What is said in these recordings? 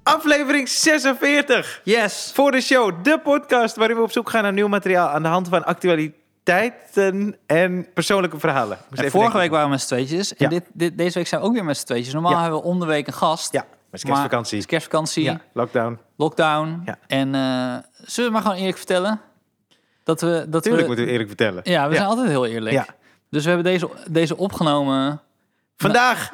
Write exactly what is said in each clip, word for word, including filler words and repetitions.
Aflevering zesenveertig. Yes. Voor de show, de podcast waarin we op zoek gaan naar nieuw materiaal aan de hand van actualiteiten en persoonlijke verhalen. En vorige denken. week waren we met z'n tweetjes. En ja. dit, dit, deze week zijn we ook weer met z'n tweetjes. Normaal ja. hebben we om de week een gast. Ja, maar het is kerstvakantie. Het is kerstvakantie. Ja, lockdown. Lockdown. Ja. En uh, zullen we maar gewoon eerlijk vertellen? Dat we, dat Tuurlijk we, moeten we eerlijk vertellen. Ja, we ja. zijn altijd heel eerlijk. Ja. Dus we hebben deze, deze opgenomen... Vandaag.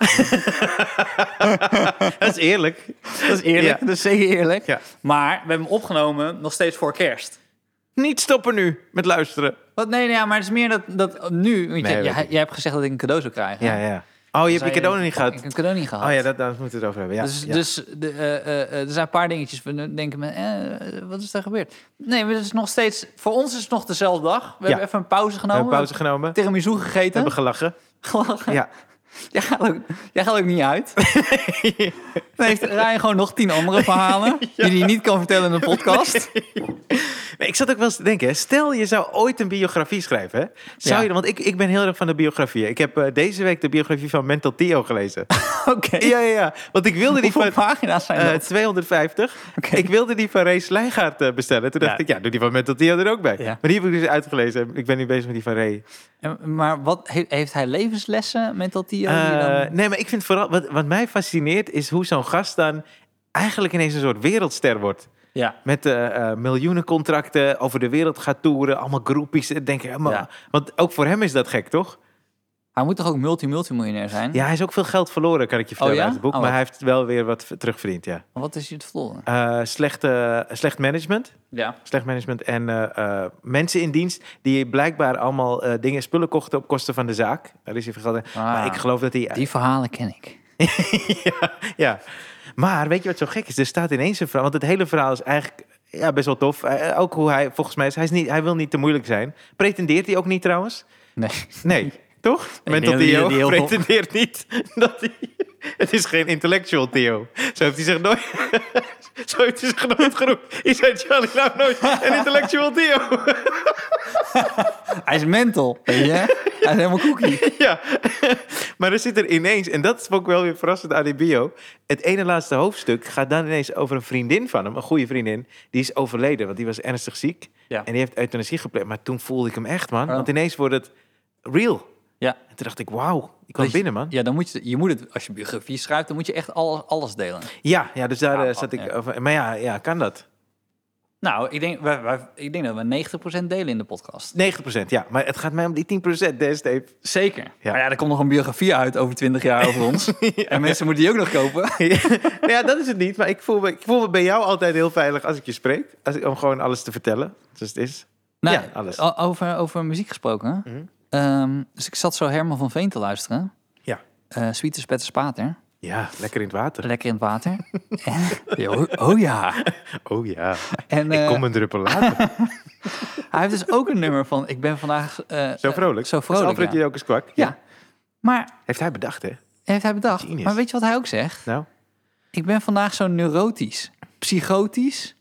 Dat is eerlijk. Dat is eerlijk, ja. Dat is zeker eerlijk. Ja. Maar we hebben hem opgenomen nog steeds voor kerst. Niet stoppen nu met luisteren. Wat? Nee, nee, maar het is meer dat, dat nu... Nee, jij, jij, jij hebt gezegd dat ik een cadeau zou krijgen. Ja, ja. Oh, je hebt je cadeau nog niet gehad? Ik heb een cadeau niet gehad. Oh ja, dat, daar moeten we het over hebben. Ja. Dus, ja. dus de, uh, uh, er zijn een paar dingetjes. We denken, eh, wat is er gebeurd? Nee, het is nog steeds... Voor ons is het nog dezelfde dag. We ja. hebben even een pauze genomen. We hebben pauze genomen. Tiramisu gegeten. We hebben gelachen. Gelachen. Ja. Jij gaat ook, jij gaat ook niet uit. Nee. Dan heeft Ryan gewoon nog tien andere verhalen... Ja. die hij niet kan vertellen in een podcast. Nee. Nee, ik zat ook wel eens te denken... stel je zou ooit een biografie schrijven... Hè? Zou ja. je, want ik, ik ben heel erg van de biografie. Ik heb uh, deze week de biografie van Mental Theo gelezen. Oké. Okay. Ja, ja, ja. Want ik wilde die Hoeveel van... pagina's zijn dat? Uh, tweehonderdvijftig. Okay. Ik wilde die van Ray Slijgaard uh, bestellen. Toen dacht ja. ik, ja, doe die van Mental Theo er ook bij. Ja. Maar die heb ik dus uitgelezen. Ik ben nu bezig met die van Ray. En, maar wat heeft hij levenslessen, Mental Theo? Uh, dan... Nee, maar ik vind vooral... Wat, wat mij fascineert is hoe zo'n gast dan... eigenlijk ineens een soort wereldster wordt. Ja. Met uh, uh, miljoenen contracten, over de wereld gaat toeren, allemaal groepies. Denk ik, maar, ja. Want ook voor hem is dat gek, toch? Hij moet toch ook multi-multimiljonair zijn? Ja, hij is ook veel geld verloren, kan ik je vertellen oh, ja? uit het boek. Oh, maar hij heeft wel weer wat terugverdiend, ja. Wat is je het verloren? Uh, slecht, uh, slecht management. Ja. Slecht management en uh, uh, mensen in dienst die blijkbaar allemaal uh, dingen, spullen kochten op kosten van de zaak. Daar is hij vergeld. Ah, maar ik geloof dat hij... Die verhalen ken ik. ja, ja. Maar weet je wat zo gek is? Er staat ineens een verhaal, want het hele verhaal is eigenlijk ja, best wel tof. Uh, ook hoe hij, volgens mij is, hij, is niet, hij wil niet te moeilijk zijn. Pretendeert hij ook niet trouwens? Nee. Nee, toch? Mental Theo die, die pretendeert veel... niet dat hij... Het is geen intellectual Theo. Zo heeft hij zich nooit... Zo heeft hij zich nooit genoemd. Hij zei Charlie nou nooit een intellectual Theo. Hij is mental, weet je? Hij is helemaal cookie. Ja, maar er zit er ineens... En dat vond ik wel weer verrassend aan die bio. Het ene laatste hoofdstuk gaat dan ineens over een vriendin van hem. Een goede vriendin. Die is overleden, want die was ernstig ziek. Ja. En die heeft euthanasie gepleegd. Maar toen voelde ik hem echt, man. Oh. Want ineens wordt het real. Ja. En toen dacht ik, wauw, ik kwam binnen, man. Ja, dan moet je, je moet het, als je biografie schrijft, dan moet je echt alles, alles delen. Ja, ja, dus daar ja, zat ik ja. over. Maar ja, ja, kan dat? Nou, ik denk, wij, wij, ik denk dat we negentig procent delen in de podcast. negentig procent, ja. Maar het gaat mij om die tien procent, hè, Steve? Zeker. Ja. Maar ja, er komt nog een biografie uit over twintig jaar over ons. ja. En mensen moeten die ook nog kopen. ja, dat is het niet. Maar ik voel, me, ik voel me bij jou altijd heel veilig als ik je spreek. Als ik, om gewoon alles te vertellen. Dus het is... Nou, ja, alles. Over, over muziek gesproken. Mm-hmm. Um, dus ik zat zo Herman van Veen te luisteren. Ja. Uh, Sweet is Petter Spater. Ja, lekker in het water. Lekker in het water. en, oh, oh ja. Oh ja. En, uh, ik kom een druppel later. Hij heeft dus ook een nummer van... Ik ben vandaag... Uh, zo vrolijk. Uh, zo vrolijk, Alfred ja. Jokers kwak. Ja. ja. Maar... Heeft hij bedacht, hè? Heeft hij bedacht. Genius. Maar weet je wat hij ook zegt? Nou? Ik ben vandaag zo neurotisch. Psychotisch.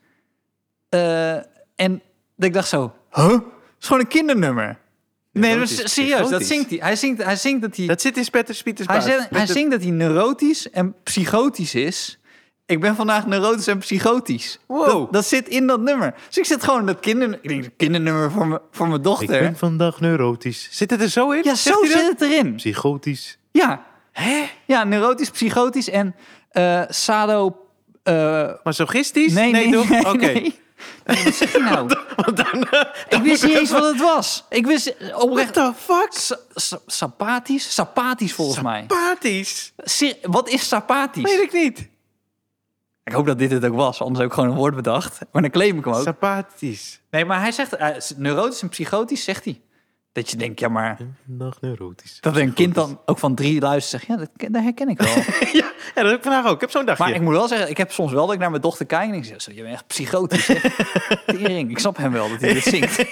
Uh, en ik dacht zo... Huh? Het is gewoon een kindernummer. Nee, dat is serieus, dat zingt hij. Hij zingt, hij zingt dat hij... Dat zit in Spetters Pieters Hij, zegt, hij zingt dat hij neurotisch en psychotisch is. Ik ben vandaag neurotisch en psychotisch. Wow. Dat, dat zit in dat nummer. Dus ik zit gewoon dat kinder... Ik denk, kindernummer voor, me, voor mijn dochter. Ik ben vandaag neurotisch. Zit het er zo in? Ja, zo zit het erin. Psychotisch. Ja. Hè? Ja, neurotisch, psychotisch en uh, sado... Uh... Masochistisch? Nee, nee, nee, nee. Oké. Okay. Nee. Wat zeg je nou? Want dan, dan ik wist niet eens wat het was. Ik wist oprecht... What the fuck? Sa- sa- sapatisch? Sapatisch volgens mij. Sapatisch? Ser- wat is sapatisch? Weet ik niet. Ik hoop dat dit het ook was, anders heb ik gewoon een woord bedacht. Maar dan claim ik hem ook. Sapatisch. Nee, maar hij zegt... Uh, neurotisch en psychotisch, zegt hij. Dat je denkt, ja maar... Nog neurotisch. Dat een kind dan ook van drie luistert zegt... Ja, dat, dat herken ik wel. ja, ja, dat heb ik vandaag ook. Ik heb zo'n dagje. Maar ik moet wel zeggen, ik heb soms wel dat ik naar mijn dochter kijk... en ik zeg, je bent echt psychotisch. Tering, ik snap hem wel dat hij dit zingt.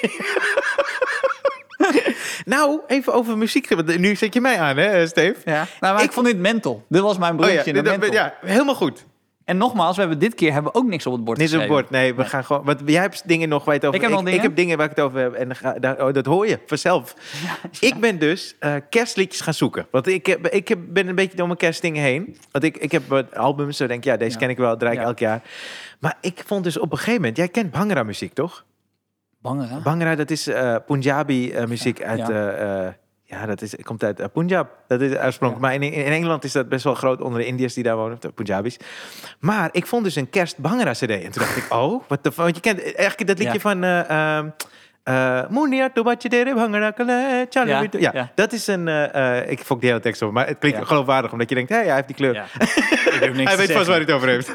Nou, even over muziek. Nu zet je mij aan, hè, Steve? Ja. Nou, maar ik, ik vond dit mental. Dit was mijn broertje oh ja, dit, mental. Ja, helemaal goed. En nogmaals, we hebben dit keer hebben we ook niks op het bord Niks op geschreven. het bord, nee. We nee. gaan gewoon... Want jij hebt dingen nog waar je het over... Ik heb nog ik, dingen. Ik heb dingen waar ik het over heb. En dan ga, daar, oh, dat hoor je vanzelf. Ja. Ik ben dus uh, kerstliedjes gaan zoeken. Want ik, heb, ik heb, ben een beetje door mijn kerstdingen heen. Want ik, ik heb wat albums, zo denk ik... Ja, deze ja. ken ik wel, draai ik ja. elk jaar. Maar ik vond dus op een gegeven moment... Jij kent Bhangra muziek, toch? Bhangra? Bhangra, dat is uh, Punjabi uh, muziek ja. uit... Ja. Uh, uh, Ja, dat is, komt uit uh, Punjab. Dat is oorspronkelijk. Ja. Maar in, in Engeland is dat best wel groot onder de Indiërs die daar wonen, de Punjabis. Maar ik vond dus een kerst Bhangra C D. En toen dacht ik, oh, wat de want je kent eigenlijk dat liedje ja. van... Munia to bache dere Bhangra kale chalu. Ja, dat is een... Uh, uh, ik fok die hele tekst over, maar het klinkt ja. geloofwaardig, omdat je denkt, hé, hey, hij heeft die kleur. Ja. Hij weet vast waar hij het over heeft.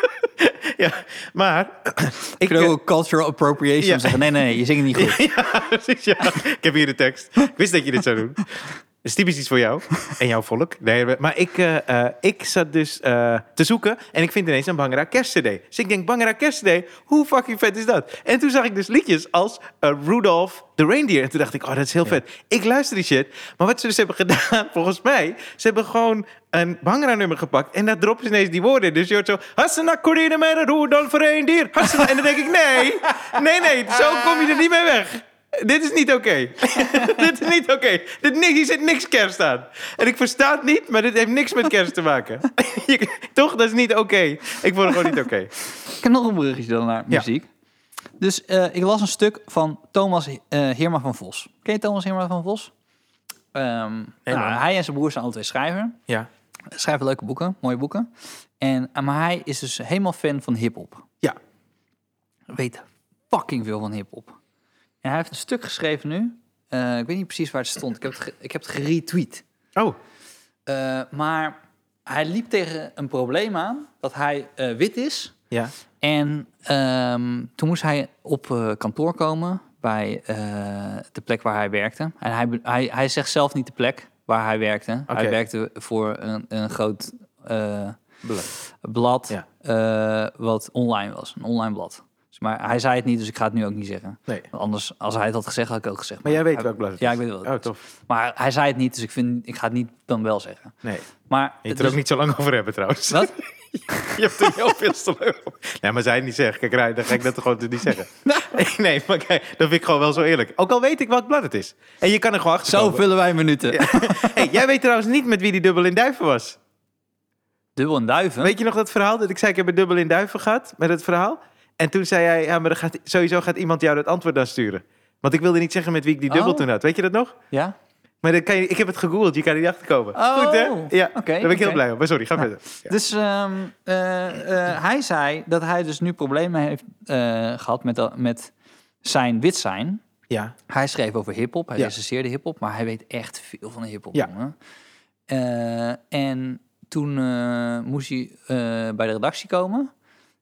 Ja, maar... Ik kan ook cultural appropriation ja. zeggen. Nee, nee, je zingt niet goed. Ja, precies, ja. Ik heb hier de tekst. Ik wist dat je dit zou doen. Dat is typisch iets voor jou en jouw volk. Nee, maar ik, uh, uh, ik zat dus uh, te zoeken en ik vind ineens een Bhangra kerst C D. Dus ik denk, Bhangra kerst C D, hoe fucking vet is dat? En toen zag ik dus liedjes als uh, Rudolph the Reindeer. En toen dacht ik, oh, dat is heel ja. vet. Ik luister die shit. Maar wat ze dus hebben gedaan, volgens mij, ze hebben gewoon een Bhangra nummer gepakt en daar droppen ze ineens die woorden. Dus je hoort zo, Hassana Corine met een Rudolph Reindeer. Hassana. En dan denk ik, nee, nee, nee, zo kom je er niet mee weg. Dit is niet oké. Okay. Dit is niet oké. Okay. Hier zit niks kerst aan. En ik versta het niet, maar dit heeft niks met kerst te maken. Toch? Dat is niet oké. Okay. Ik vond het gewoon niet oké. Okay. Ik heb nog een bruggetje dan naar muziek. Ja. Dus uh, ik las een stuk van Thomas uh, Heerma van Vos. Ken je Thomas Heerma van Vos? Um, nou, hij en zijn broer zijn alle twee schrijver. Ja. Schrijven leuke boeken, mooie boeken. En, maar hij is dus helemaal fan van hiphop. Ja. Weet fucking veel van hiphop. En hij heeft een stuk geschreven nu. Uh, ik weet niet precies waar het stond. Ik heb het, ge- ik heb het geretweet. Oh. Uh, maar hij liep tegen een probleem aan dat hij uh, wit is. Ja. En um, toen moest hij op uh, kantoor komen bij uh, de plek waar hij werkte. En hij, hij, hij zegt zelf niet de plek waar hij werkte. Okay. Hij werkte voor een, een groot uh, blad, blad ja. uh, wat online was. Een online blad. Maar hij zei het niet, dus ik ga het nu ook niet zeggen. Nee. Anders, als hij het had gezegd, had ik ook gezegd. Maar, maar jij weet hij, welk blad het is? Ja, ik weet wel. Oh, tof. Maar hij zei het niet, dus ik, vind, ik ga het niet dan wel zeggen. Nee. Maar je het dus, er ook niet zo lang over hebben, trouwens. Wat? Je hebt er heel veel te leuk op. Nee, maar zij het niet zeggen. Kijk, Rijn, dan ga ik dat gewoon niet zeggen. Nee, maar kijk, dat vind ik gewoon wel zo eerlijk. Ook al weet ik welk blad het is. En je kan er gewoon achter Zo vullen wij minuten. Ja. Hey, jij weet trouwens niet met wie die dubbel in Duiven was. Dubbel in Duiven? Weet je nog dat verhaal? Dat ik zei, ik heb een dubbel in Duiven gehad met het verhaal. En toen zei hij, ja, maar er gaat, sowieso gaat iemand jou dat antwoord dan sturen. Want ik wilde niet zeggen met wie ik die dubbel oh. toen had. Weet je dat nog? Ja. Maar dan kan je, ik heb het gegoogeld, je kan er niet achter komen. Oh. Goed, hè? Ja, okay, daar ben ik okay. heel blij om. Maar sorry, ga nou, verder. Ja. Dus um, uh, uh, hij zei dat hij dus nu problemen heeft uh, gehad met, uh, met zijn wit zijn. Ja. Hij schreef over hiphop, hij ja. recenseerde hiphop, maar hij weet echt veel van de hiphop. Ja. Jongen. Uh, en toen uh, moest hij uh, bij de redactie komen.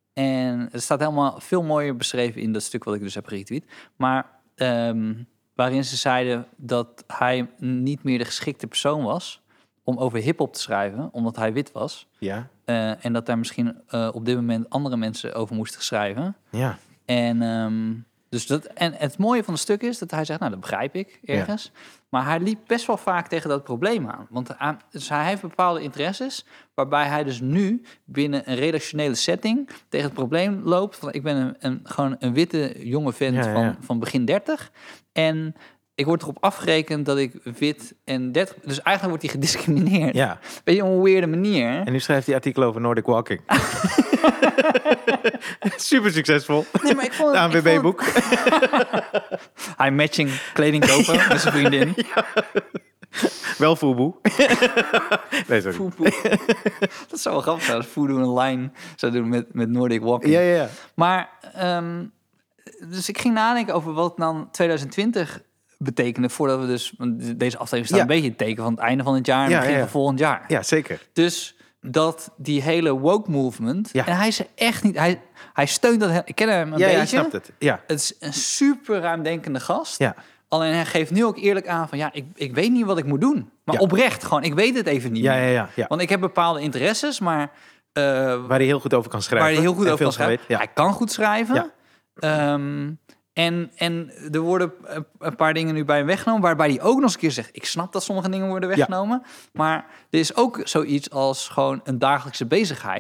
En het staat helemaal veel mooier beschreven in dat stuk wat ik dus heb geretweet. Maar um, waarin ze zeiden dat hij niet meer de geschikte persoon was om over hiphop te schrijven, omdat hij wit was. Ja. Uh, en dat daar misschien uh, op dit moment andere mensen over moesten schrijven. Ja. En, um, dus dat, en het mooie van het stuk is dat hij zegt, nou, dat begrijp ik ergens. Ja. Maar hij liep best wel vaak tegen dat probleem aan. Want hij, dus hij heeft bepaalde interesses, waarbij hij dus nu binnen een redactionele setting tegen het probleem loopt van, ik ben een, een, gewoon een witte jonge vent ja, ja, ja. Van, van begin dertig. En ik word erop afgerekend dat ik wit en dertig... Dus eigenlijk wordt hij gediscrimineerd. Ja. Beetje op een weirde manier. En nu schrijft hij artikelen over Nordic Walking. Super succesvol. Nee, maar ik vond het, de A N W B-boek. Hij matching kleding kopen met zijn vriendin. Ja. Wel Fubu. Nee, sorry. Fubu. Dat zou wel grappig zijn als Fubu een lijn zou doen met, met Nordic Walking. Ja, ja, ja. Maar, um, dus ik ging nadenken over wat dan twintig twintig betekende, voordat we dus, deze aflevering staat ja. een beetje in het teken van het einde van het jaar en ja, begin ja, ja. van volgend jaar. Ja, zeker. Dus dat die hele woke movement, ja. en hij is echt niet, hij, hij steunt dat, ik ken hem een ja, beetje. Ja, hij snapt het. Ja. Het is een super ruimdenkende gast. Ja. Alleen hij geeft nu ook eerlijk aan van, ja, ik, ik weet niet wat ik moet doen. Maar ja. oprecht gewoon, ik weet het even niet ja, meer. Ja, ja, ja. Want ik heb bepaalde interesses, maar... Uh, waar hij heel goed over kan schrijven. Waar hij heel goed over kan schrijven. Ja. Hij kan goed schrijven. Ja. Um, en, en er worden een paar dingen nu bij hem weggenomen, waarbij hij ook nog eens een keer zegt, ik snap dat sommige dingen worden weggenomen. Ja. Maar er is ook zoiets als gewoon een dagelijkse bezigheid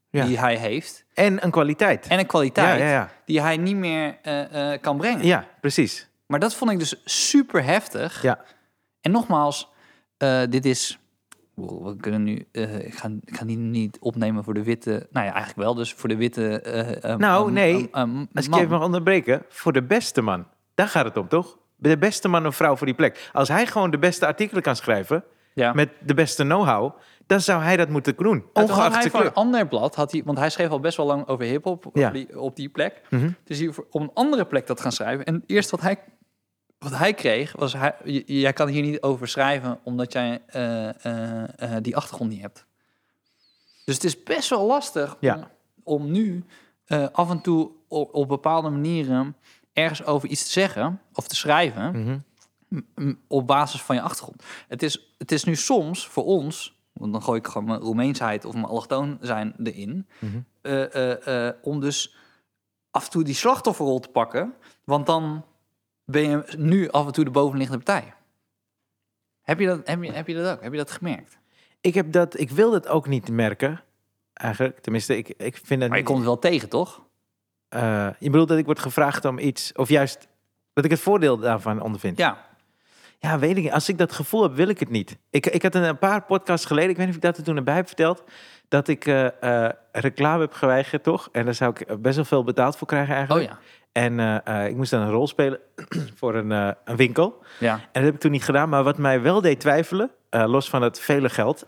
ja. die hij heeft. En een kwaliteit. En een kwaliteit ja, ja, ja. die hij niet meer uh, uh, kan brengen. Ja, precies. Maar dat vond ik dus super heftig. Ja. En nogmaals, uh, dit is... We kunnen nu... Uh, ik, ga, ik ga die niet opnemen voor de witte... Nou ja, eigenlijk wel. Dus voor de witte... Uh, um, nou, um, nee. Um, um, Als ik je even mag onderbreken. Voor de beste man. Daar gaat het om, toch? De beste man of vrouw voor die plek. Als hij gewoon de beste artikelen kan schrijven... Ja. Met de beste know-how... dan zou hij dat moeten doen. Ongeacht hij van een ander blad had hij... Want hij schreef al best wel lang over hiphop ja. op, die, op die plek. Mm-hmm. Dus hij op een andere plek dat gaan schrijven. En eerst wat hij... Wat hij kreeg, was... Hij, j- jij kan hier niet over schrijven... omdat jij uh, uh, uh, die achtergrond niet hebt. Dus het is best wel lastig... Ja. Om, om nu uh, af en toe op, op bepaalde manieren... ergens over iets te zeggen... of te schrijven... Mm-hmm. m- op basis van je achtergrond. Het is, het is nu soms voor ons... want dan gooi ik gewoon mijn Roemeensheid... of mijn allochtoon zijn erin... Mm-hmm. Uh, uh, uh, om dus af en toe die slachtofferrol te pakken... want dan... ben je nu af en toe de bovenliggende partij. Heb je dat, heb je, heb je dat ook? Heb je dat gemerkt? Ik heb dat, ik wil dat ook niet merken. Eigenlijk, tenminste, ik, ik vind dat. Maar je niet, komt het wel tegen, toch? Uh, je bedoelt dat ik word gevraagd om iets, of juist dat ik het voordeel daarvan ondervind. Ja. Ja, weet ik niet. Als ik dat gevoel heb, wil ik het niet. Ik, ik had een paar podcasts geleden, ik weet niet of ik dat er toen erbij heb verteld, dat ik uh, uh, reclame heb geweigerd, toch? En daar zou ik best wel veel betaald voor krijgen eigenlijk. Oh ja. En uh, uh, ik moest dan een rol spelen voor een, uh, een winkel. Ja. En dat heb ik toen niet gedaan. Maar wat mij wel deed twijfelen, uh, los van het vele geld...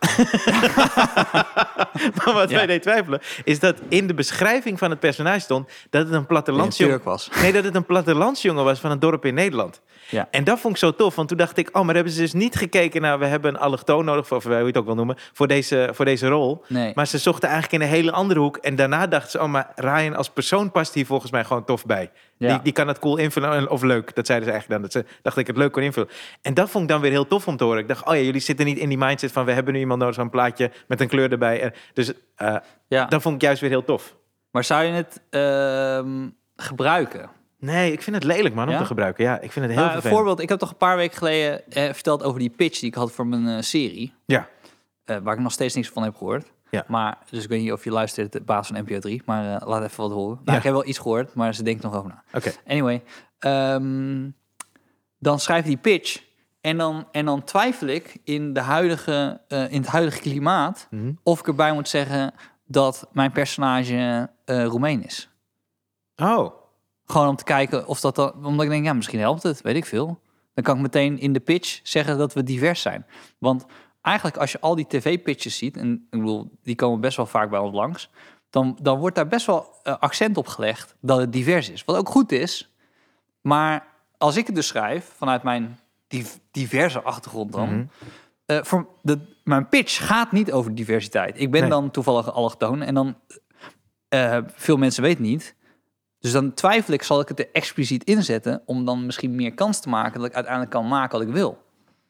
maar wat ja. mij deed twijfelen, is dat in de beschrijving van het personage stond... dat het een plattelandsjongen was. Nee, dat het een plattelandsjongen was van een dorp in Nederland. Ja. En dat vond ik zo tof, want toen dacht ik... oh, maar hebben ze dus niet gekeken naar... we hebben een allochtoon nodig, of hoe je het ook wil noemen... voor deze, voor deze rol. Nee. Maar ze zochten eigenlijk in een hele andere hoek. En daarna dachten ze... oh, maar Ryan als persoon past hier volgens mij gewoon tof bij. Ja. Die, die kan het cool invullen, of leuk. Dat zeiden ze eigenlijk dan. Dat ze dacht ik het leuk kon invullen. En dat vond ik dan weer heel tof om te horen. Ik dacht, oh ja, jullie zitten niet in die mindset van... we hebben nu iemand nodig, zo'n plaatje met een kleur erbij. Dus uh, ja. dat vond ik juist weer heel tof. Maar zou je het uh, gebruiken? Nee, ik vind het lelijk, man, om ja? te gebruiken. Ja, ik vind het heel nou, een voorbeeld, ik heb toch een paar weken geleden eh, verteld over die pitch die ik had voor mijn uh, serie. Ja. Uh, waar ik nog steeds niks van heb gehoord. Ja. Maar, dus ik weet niet of je luistert, de baas van N P O drie. Maar uh, laat even wat horen. Nou, ja. Ik heb wel iets gehoord, maar ze denkt nog over na. Oké. Okay. Anyway, um, dan schrijf ik die pitch. En dan, en dan twijfel ik in, de huidige, uh, in het huidige klimaat... Mm-hmm. of ik erbij moet zeggen dat mijn personage uh, Roemeen is. Oh. Gewoon om te kijken of dat dan... Omdat ik denk, ja, misschien helpt het, weet ik veel. Dan kan ik meteen in de pitch zeggen dat we divers zijn. Want eigenlijk als je al die tv-pitches ziet... en ik bedoel, die komen best wel vaak bij ons langs... dan, dan wordt daar best wel uh, accent op gelegd dat het divers is. Wat ook goed is. Maar als ik het dus schrijf, vanuit mijn div- diverse achtergrond dan... Mm-hmm. Uh, voor de, mijn pitch gaat niet over diversiteit. Ik ben nee. dan toevallig allochtoon en dan... Uh, veel mensen weten niet... Dus dan twijfel ik, zal ik het er expliciet inzetten... om dan misschien meer kans te maken... dat ik uiteindelijk kan maken wat ik wil.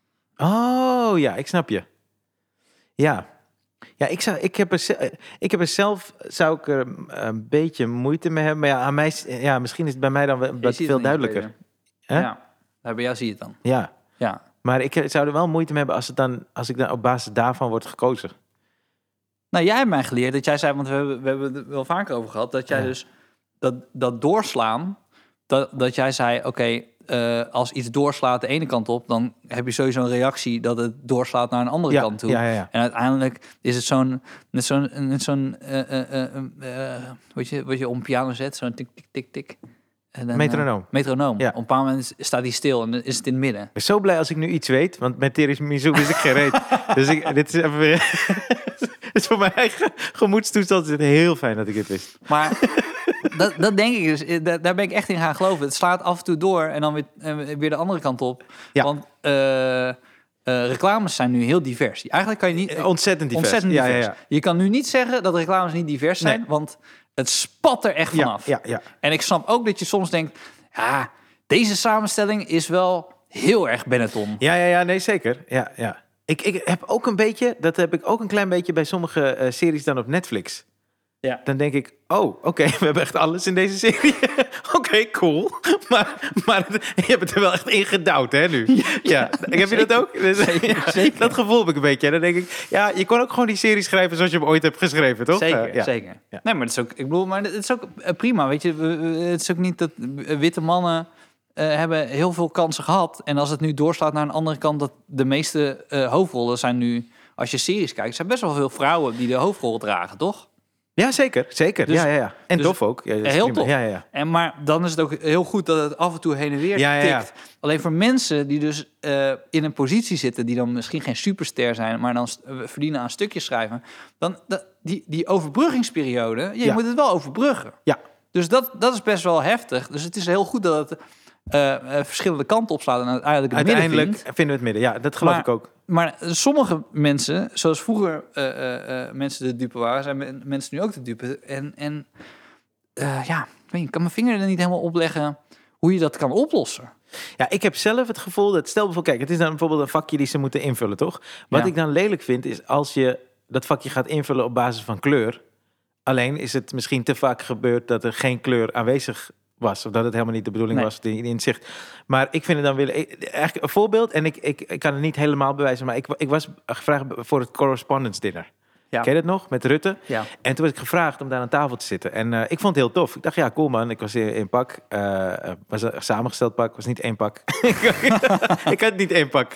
Oh, ja, ik snap je. Ja. Ja, ik, zou, ik, heb, er, ik heb er zelf... zou ik er een beetje moeite mee hebben. Maar ja, aan mij, ja misschien is het bij mij dan wat veel duidelijker. Ja, bij jou zie je het dan. Ja. Ja. Maar ik zou er wel moeite mee hebben... als, het dan, als ik dan op basis daarvan word gekozen. Nou, jij hebt mij geleerd dat jij zei... want we hebben, we hebben het wel vaker over gehad... dat jij ja. dus... Dat, dat doorslaan, dat, dat jij zei, oké, okay, uh, als iets doorslaat de ene kant op... dan heb je sowieso een reactie dat het doorslaat naar een andere ja, kant toe. Ja, ja, ja. En uiteindelijk is het zo'n, net zo'n, net zo'n uh, uh, uh, uh, wat, je, wat je op een piano zet, zo'n tik, tik, tik, tik. En dan, metronoom. Uh, metronoom. Ja. Op een bepaald moment staat die stil en dan is het in het midden. Ik ben zo blij als ik nu iets weet, want met tiramisu is ik geen reet. Dus ik, dit is even weer... Het is voor mijn eigen gemoedstoestand is het heel fijn dat ik het wist. Maar dat, dat denk ik dus. Daar, daar ben ik echt in gaan geloven. Het slaat af en toe door en dan weer, uh, weer de andere kant op. Ja. Want uh, uh, reclames zijn nu heel divers. Eigenlijk kan je niet... Ontzettend divers. Ontzettend divers. Ja, ja, ja. Je kan nu niet zeggen dat reclames niet divers zijn, nee. Want het spat er echt vanaf. Ja, ja, ja. En ik snap ook dat je soms denkt, ja, deze samenstelling is wel heel erg Benetton. Ja, ja, ja, nee, zeker. Ja, ja. Ik, ik heb ook een beetje, dat heb ik ook een klein beetje bij sommige uh, series dan op Netflix. Ja. Dan denk ik, oh, oké, okay, we hebben echt alles in deze serie. Oké, okay, cool. Maar, maar je hebt het er wel echt in gedouwd, hè, nu? Ja. ja. Heb je dat ook? Zeker, zeker. Dat gevoel heb ik een beetje. Dan denk ik, ja, je kon ook gewoon die serie schrijven zoals je hem ooit hebt geschreven, toch? Zeker, uh, ja. zeker. Ja. Nee, maar het is ook, ik bedoel, maar het is ook prima, weet je. Het is ook niet dat witte mannen uh, hebben heel veel kansen gehad. En als het nu doorslaat naar een andere kant, dat de meeste uh, hoofdrollen zijn nu, als je series kijkt, zijn best wel veel vrouwen die de hoofdrol dragen, toch? Ja, zeker. Zeker. Dus, ja, ja, ja. En dus, tof ook. Ja, heel prima. tof. Ja, ja. En, maar dan is het ook heel goed dat het af en toe heen en weer ja, ja, ja. tikt. Alleen voor mensen die dus uh, in een positie zitten, die dan misschien geen superster zijn, maar dan uh, verdienen aan stukjes schrijven, dan dat, die, die overbruggingsperiode, ja, je ja. moet het wel overbruggen. Ja. Dus dat, dat is best wel heftig. Dus het is heel goed dat het uh, uh, verschillende kanten opslaat en uiteindelijk het uiteindelijk midden vindt. vinden we het midden. Ja, dat geloof maar, ik ook. Maar sommige mensen, zoals vroeger uh, uh, uh, mensen de dupe waren, zijn mensen nu ook de dupe. En, en uh, ja, ik kan mijn vinger er niet helemaal op leggen hoe je dat kan oplossen. Ja, ik heb zelf het gevoel dat, stel bijvoorbeeld, kijk, het is dan bijvoorbeeld een vakje die ze moeten invullen, toch? Wat ja. ik dan lelijk vind, is als je dat vakje gaat invullen op basis van kleur. Alleen is het misschien te vaak gebeurd dat er geen kleur aanwezig was, of dat het helemaal niet de bedoeling nee. was die in zicht. Maar ik vind het dan willen, eigenlijk een voorbeeld, en ik, ik, ik kan het niet helemaal bewijzen, maar ik, ik was gevraagd voor het correspondence dinner. Ja. Ken je dat nog? Met Rutte. Ja. En toen werd ik gevraagd om daar aan tafel te zitten. En uh, ik vond het heel tof. Ik dacht, ja, cool man. Ik was in, in pak. Uh, was een samengesteld pak. Was niet één pak. Ik had niet één pak.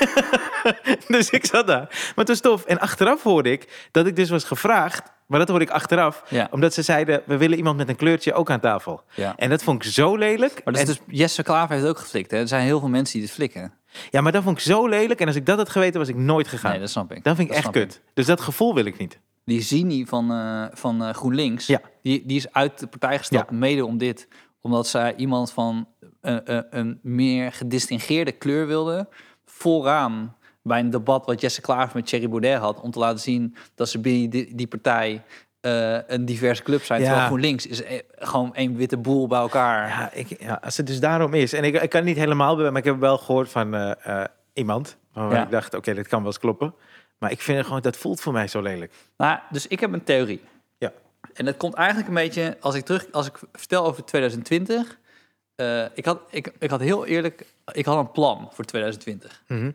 Dus ik zat daar. Maar het was tof. En achteraf hoorde ik dat ik dus was gevraagd. Maar dat hoorde ik achteraf. Ja. Omdat ze zeiden, we willen iemand met een kleurtje ook aan tafel. Ja. En dat vond ik zo lelijk. Maar dat en... is dus, Jesse Klaver heeft het ook geflikt. Hè? Er zijn heel veel mensen die dit flikken. Ja, maar dat vond ik zo lelijk. En als ik dat had geweten, was ik nooit gegaan. Nee, dat snap ik. Dat vind ik dat echt kut. Ik. Dus dat gevoel wil ik niet. Die Zini van, uh, van uh, GroenLinks, ja. die, die is uit de partij gestapt, ja. mede om dit. Omdat zij iemand van uh, uh, een meer gedistingeerde kleur wilde. Vooraan bij een debat wat Jesse Klaver met Thierry Baudet had. Om te laten zien dat ze binnen die, die partij uh, een diverse club zijn. Ja. Terwijl GroenLinks is e- gewoon één witte boel bij elkaar. Ja, ik, ja, als het dus daarom is. En ik, ik kan het niet helemaal bij, maar ik heb wel gehoord van uh, uh, iemand. Waarvan ja. ik dacht, oké, okay, dit kan wel eens kloppen. Maar ik vind het gewoon, dat voelt voor mij zo lelijk. Nou, dus ik heb een theorie. Ja. En dat komt eigenlijk een beetje, als ik terug, als ik vertel over twintig twintig. Uh, ik, had, ik, ik had heel eerlijk, ik had een plan voor twintig twintig. Mm-hmm.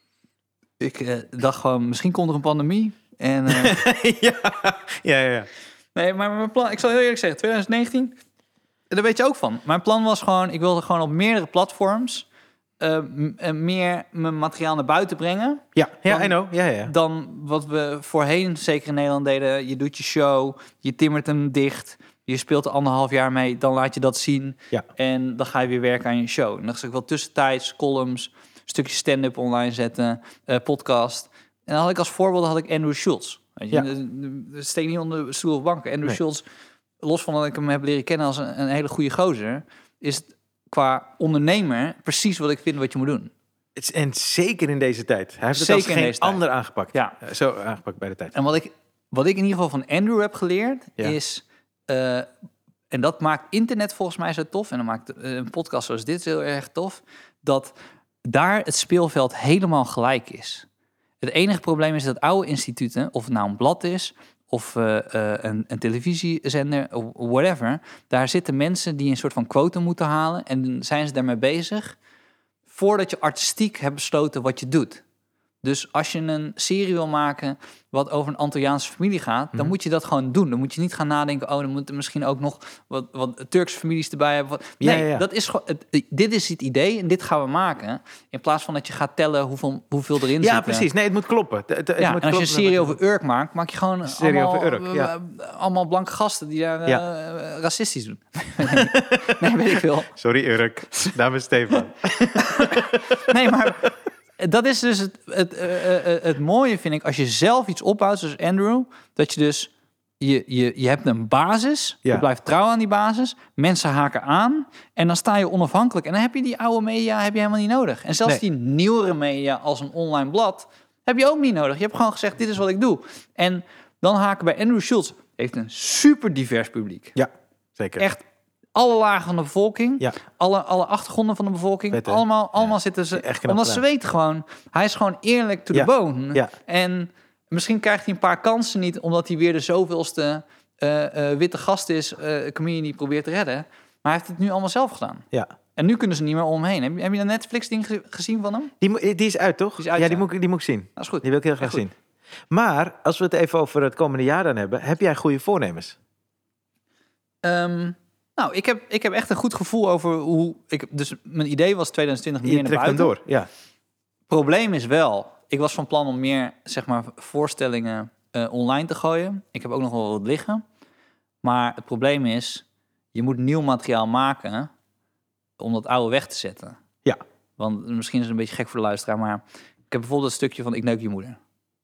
Ik uh, dacht gewoon, misschien komt er een pandemie. En, uh... ja, ja, ja. Nee, maar mijn plan, ik zal heel eerlijk zeggen, twintig negentien, daar weet je ook van. Mijn plan was gewoon, ik wilde gewoon op meerdere platforms Uh, m- meer mijn materiaal naar buiten brengen. Ja, ja, I know. Ja, ja. Dan wat we voorheen zeker in Nederland deden. Je doet je show, je timmert hem dicht, je speelt er anderhalf jaar mee, dan laat je dat zien. Ja. En dan ga je weer werken aan je show. En dan ga ik wel tussentijds columns, stukje stand-up online zetten, uh, podcast. En dan had ik als voorbeeld had ik Andrew Schulz. Weet je, ja. Steek niet onder de stoel of banken. Andrew nee. Schulz, los van dat ik hem heb leren kennen als een, een hele goede gozer, is het qua ondernemer precies wat ik vind wat je moet doen. En zeker in deze tijd. Hij heeft het zeker als geen ander aangepakt. Ja. Uh, zo aangepakt bij de tijd. En wat ik, wat ik in ieder geval van Andrew heb geleerd, ja. is... Uh, en dat maakt internet volgens mij zo tof. En dan maakt een podcast zoals dit heel erg tof. Dat daar het speelveld helemaal gelijk is. Het enige probleem is dat oude instituten, of het nou een blad is, of uh, uh, een, een televisiezender, of whatever, daar zitten mensen die een soort van quotum moeten halen en dan zijn ze daarmee bezig voordat je artistiek hebt besloten wat je doet. Dus als je een serie wil maken wat over een Antilliaanse familie gaat, mm-hmm. dan moet je dat gewoon doen. Dan moet je niet gaan nadenken, oh, dan moeten misschien ook nog wat, wat Turkse families erbij hebben. Nee, ja, ja, ja. Dat is gewoon, het, dit is het idee en dit gaan we maken. In plaats van dat je gaat tellen hoeveel, hoeveel erin zit. Ja, precies. Nee, het moet kloppen. Het, het ja, moet en als kloppen, je een serie over Urk maakt, maak je gewoon allemaal, over Urk, ja. allemaal blanke gasten die daar ja. uh, racistisch doen. Nee, weet ik veel. Sorry Urk, dames Stefan. Nee, maar... Dat is dus het, het, uh, uh, het mooie, vind ik, als je zelf iets opbouwt, zoals Andrew, dat je dus, je, je, je hebt een basis, ja. je blijft trouw aan die basis, mensen haken aan en dan sta je onafhankelijk. En dan heb je die oude media heb je helemaal niet nodig. En zelfs nee. die nieuwere media als een online blad heb je ook niet nodig. Je hebt gewoon gezegd, dit is wat ik doe. En dan haken bij Andrew Schulz, heeft een super divers publiek. Ja, zeker. Echt. Alle lagen van de bevolking, ja. alle, alle achtergronden van de bevolking, Wette. allemaal, allemaal ja. zitten ze. Omdat gedaan. Ze weten gewoon, hij is gewoon eerlijk to ja. the bone. Ja. En misschien krijgt hij een paar kansen niet, omdat hij weer de zoveelste uh, uh, witte gast is, uh, comedian die probeert te redden. Maar hij heeft het nu allemaal zelf gedaan. Ja. En nu kunnen ze niet meer omheen. Heb je, heb je een Netflix-ding ge- gezien van hem? Die, die is uit, toch? Die is uit, ja, die, ja. moet, ik- die moet ik zien. Dat is goed. Die wil ik heel graag zien. Maar, als we het even over het komende jaar dan hebben... heb jij goede voornemens? Um, nou, ik heb, ik heb echt een goed gevoel over hoe... Ik, dus mijn idee was twintig twintig meer Je naar trekt buiten. hem door, ja. Probleem is wel... Ik was van plan om meer, zeg maar, voorstellingen uh, online te gooien. Ik heb ook nog wel wat liggen. Maar het probleem is... je moet nieuw materiaal maken... om dat oude weg te zetten. Ja. Want misschien is het een beetje gek voor de luisteraar... maar ik heb bijvoorbeeld een stukje van Ik neuk je moeder.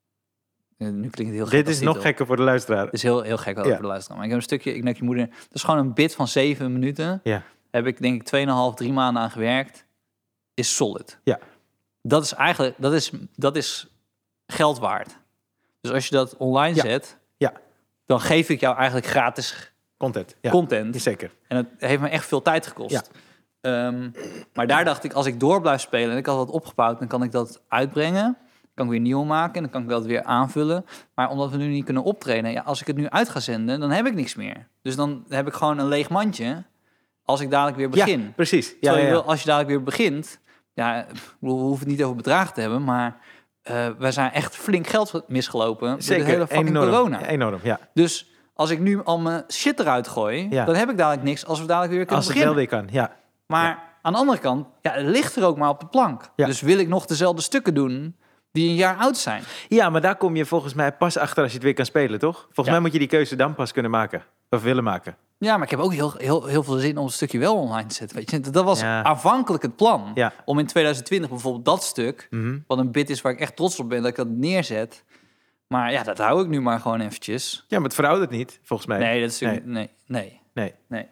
Uh, nu klinkt het heel gek. Dit is nog gekker voor de luisteraar. Het is heel, heel gek wel ja. voor de luisteraar. Maar ik heb een stukje Ik neuk je moeder. Dat is gewoon een bit van zeven minuten. Ja. Heb ik denk ik tweeënhalf, drie maanden aan gewerkt. Is solid. Ja. Dat is eigenlijk... Dat is, dat is geld waard. Dus als je dat online ja. zet... Ja. dan geef ik jou eigenlijk gratis... Content. Ja. Content. Zeker. En het heeft me echt veel tijd gekost. Ja. Um, maar daar dacht ik, als ik door blijf spelen... en ik had dat opgebouwd, dan kan ik dat uitbrengen. Dan kan ik weer nieuw maken en dan kan ik dat weer aanvullen. Maar omdat we nu niet kunnen optreden... Ja, als ik het nu uit ga zenden, dan heb ik niks meer. Dus dan heb ik gewoon een leeg mandje... als ik dadelijk weer begin. Ja, precies. Ja, ja, je ja. wil, als je dadelijk weer begint... ja, we hoeven het niet over bedragen te hebben... maar uh, wij zijn echt flink geld misgelopen... Zeker. door de hele fucking enorm. corona. Ja, enorm, ja. Dus... als ik nu al mijn shit eruit gooi... Ja. dan heb ik dadelijk niks als we dadelijk weer kunnen als beginnen. Als het wel weer kan, ja. Maar ja. aan de andere kant, ja, het ligt er ook maar op de plank. Ja. Dus wil ik nog dezelfde stukken doen die een jaar oud zijn? Ja, maar daar kom je volgens mij pas achter als je het weer kan spelen, toch? Volgens ja. mij moet je die keuze dan pas kunnen maken. Of willen maken. Ja, maar ik heb ook heel, heel, heel veel zin om het stukje wel online te zetten. Weet je? Dat was ja. aanvankelijk het plan. Ja. Om in twintig twintig bijvoorbeeld dat stuk... Mm-hmm. wat een bit is waar ik echt trots op ben, dat ik dat neerzet... Maar ja, dat hou ik nu maar gewoon eventjes. Ja, maar het veroudert niet, volgens mij. Nee, dat is nee. nee, nee, nee, nee.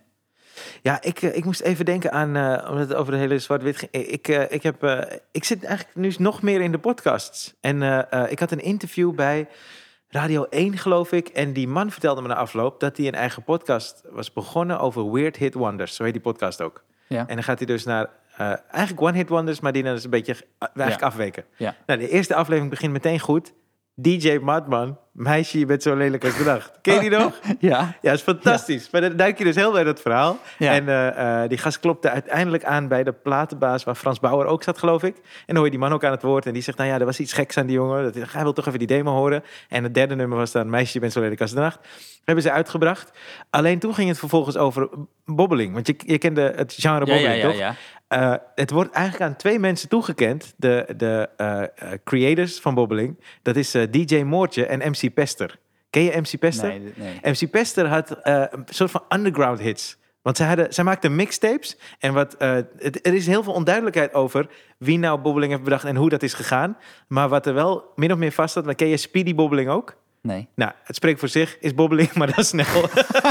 Ja, ik, ik moest even denken aan, uh, omdat het over de hele zwart-wit ging. Ik, uh, ik, heb, uh, ik zit eigenlijk nu nog meer in de podcasts. En uh, uh, ik had een interview bij Radio één, geloof ik. En die man vertelde me na afloop dat hij een eigen podcast was begonnen over Weird Hit Wonders. Zo heet die podcast ook. Ja. En dan gaat hij dus naar... Uh, eigenlijk One Hit Wonders, maar die dan dus een beetje eigenlijk ja. afweken. Ja. Nou, de eerste aflevering begint meteen goed... D J Madman, meisje, je bent zo lelijk als gedacht. Ken je die nog? Ja. Ja, is fantastisch. Ja. Maar dan duik je dus heel bij dat verhaal. Ja. En uh, uh, die gast klopte uiteindelijk aan bij de platenbaas... waar Frans Bauer ook zat, geloof ik. En dan hoor je die man ook aan het woord. En die zegt, nou ja, er was iets geks aan die jongen. Dat, hij wil toch even die demo horen. En het derde nummer was dan... meisje, je bent zo lelijk als de nacht. Hebben ze uitgebracht. Alleen toen ging het vervolgens over bobbeling. Want je, je kende het genre bobbeling, ja, ja, ja, toch? Ja. Uh, het wordt eigenlijk aan twee mensen toegekend. De, de uh, uh, creators van bobbeling. Dat is uh, D J Moortje en M C Pester. Ken je M C Pester? Nee, nee. M C Pester had uh, een soort van underground hits. Want zij, hadden, zij maakten mixtapes. En wat, uh, het, er is heel veel onduidelijkheid over wie nou bobbeling heeft bedacht en hoe dat is gegaan. Maar wat er wel min of meer vast staat, maar ken je Speedy Bobbeling ook? Nee. Nou, het spreekt voor zich, is bobbeling, maar dat is snel.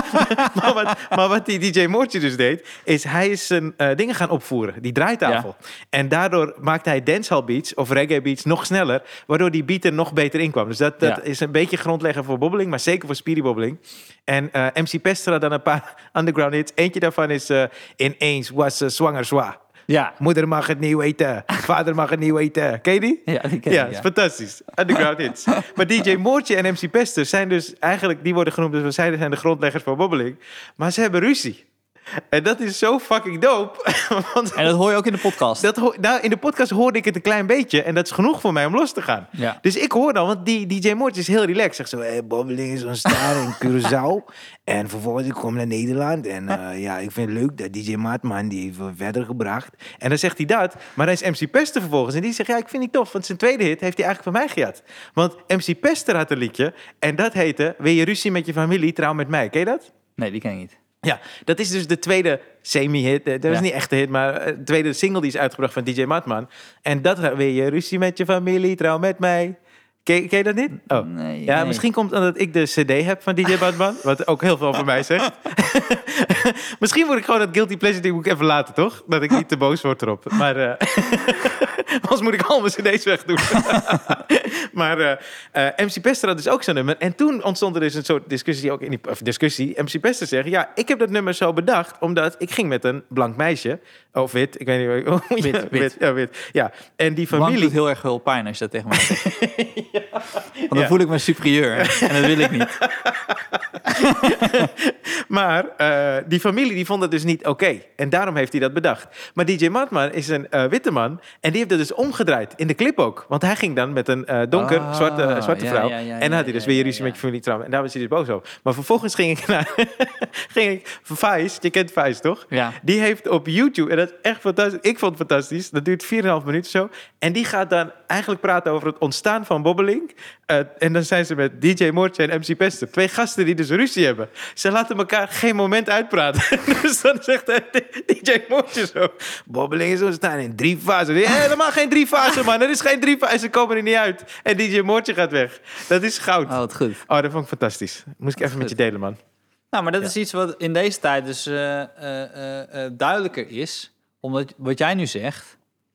maar, wat, maar wat die D J Moortje dus deed, is hij is zijn uh, dingen gaan opvoeren, die draaitafel. Ja. En daardoor maakte hij dancehall beats of reggae beats nog sneller, waardoor die beat er nog beter in kwam. Dus dat, dat ja. is een beetje grondlegger voor bobbeling, maar zeker voor speedy bobbeling. En uh, M C Pester had dan een paar underground hits. Eentje daarvan is uh, Ineens was uh, zwanger zwaar. Ja. Moeder mag het niet weten. Vader mag het niet weten. Ken je die? Ja, die ken ja, ik, is ja. fantastisch. Underground hits. Maar D J Moortje en M C Pester zijn dus eigenlijk... die worden genoemd, dus we zeiden zijn de grondleggers van bobbeling. Maar ze hebben ruzie. En dat is zo fucking dope. Want en dat hoor je ook in de podcast. Dat ho- nou, in de podcast hoorde ik het een klein beetje. En dat is genoeg voor mij om los te gaan. Ja. Dus ik hoor dan, want die D J Moortje is heel relaxed. Zegt zo, hey, bobbeling is ontstaan in Curaçao. En vervolgens ik kom naar Nederland. En uh, ja, ik vind het leuk dat D J Maatman die heeft verder gebracht. En dan zegt hij dat. Maar dan is M C Pester vervolgens. En die zegt, ja, ik vind het tof. Want zijn tweede hit heeft hij eigenlijk van mij gejat. Want M C Pester had een liedje. En dat heette, wil je ruzie met je familie, trouw met mij. Ken je dat? Nee, die ken ik niet. Ja, dat is dus de tweede semi-hit. Dat was ja. niet echt een hit, maar de tweede single die is uitgebracht van D J Maatman. En dat wil je ruzie met je familie, trouw met mij. Ken, ken je dat niet? Oh. Nee, ja, nee. Misschien komt het omdat ik de cd heb van D J Maatman, wat ook heel veel voor mij zegt. Misschien moet ik gewoon dat guilty pleasure ding moet ik even laten, toch? Dat ik niet te boos word erop. Maar uh, anders moet ik al mijn cd's wegdoen. Maar uh, uh, M C Pester had dus ook zo'n nummer. En toen ontstond er dus een soort discussie, ook in die, of discussie. M C Pester zegt, ja, ik heb dat nummer zo bedacht, omdat ik ging met een blank meisje. Of wit, ik weet niet. Oh, wit, ja, wit. wit. Ja, wit. Ja. En die familie... Blank doet heel erg veel pijn als je dat tegen mij zegt. ja. Want dan ja. voel ik me superieur. En dat wil ik niet. maar uh, die familie die vond het dus niet oké. Okay. En daarom heeft hij dat bedacht. Maar D J Matman is een uh, witte man. En die heeft het dus omgedraaid. In de clip ook. Want hij ging dan met een uh, donker, oh, zwarte, uh, zwarte ja, vrouw. Ja, ja, en dan had hij dus ja, weer ruzie ja, ja. met je familie trouwen. En daar was hij dus boos over. Maar vervolgens ging ik naar... ging ik Vice, je kent Vice toch? Ja. Die heeft op YouTube... En dat is echt fantastisch. Ik vond het fantastisch. Dat duurt vier en een half minuten zo. En die gaat dan eigenlijk praten over het ontstaan van Bobbelink. Uh, en dan zijn ze met D J Moortje en M C Pester. Twee gasten die dus ruzie hebben. Ze laten elkaar geen moment uitpraten. Dus dan zegt D J Moortje zo... Bobbelink is ontstaan in drie fasen. Nee, helemaal geen drie fasen, man. Er is geen drie fasen. Ze komen er niet uit. En D J Moortje gaat weg. Dat is goud. Oh, wat goed. Oh, dat vond ik fantastisch. Moest ik even met je delen, man. Nou, maar dat ja. is iets wat in deze tijd dus uh, uh, uh, duidelijker is. Omdat wat jij nu zegt...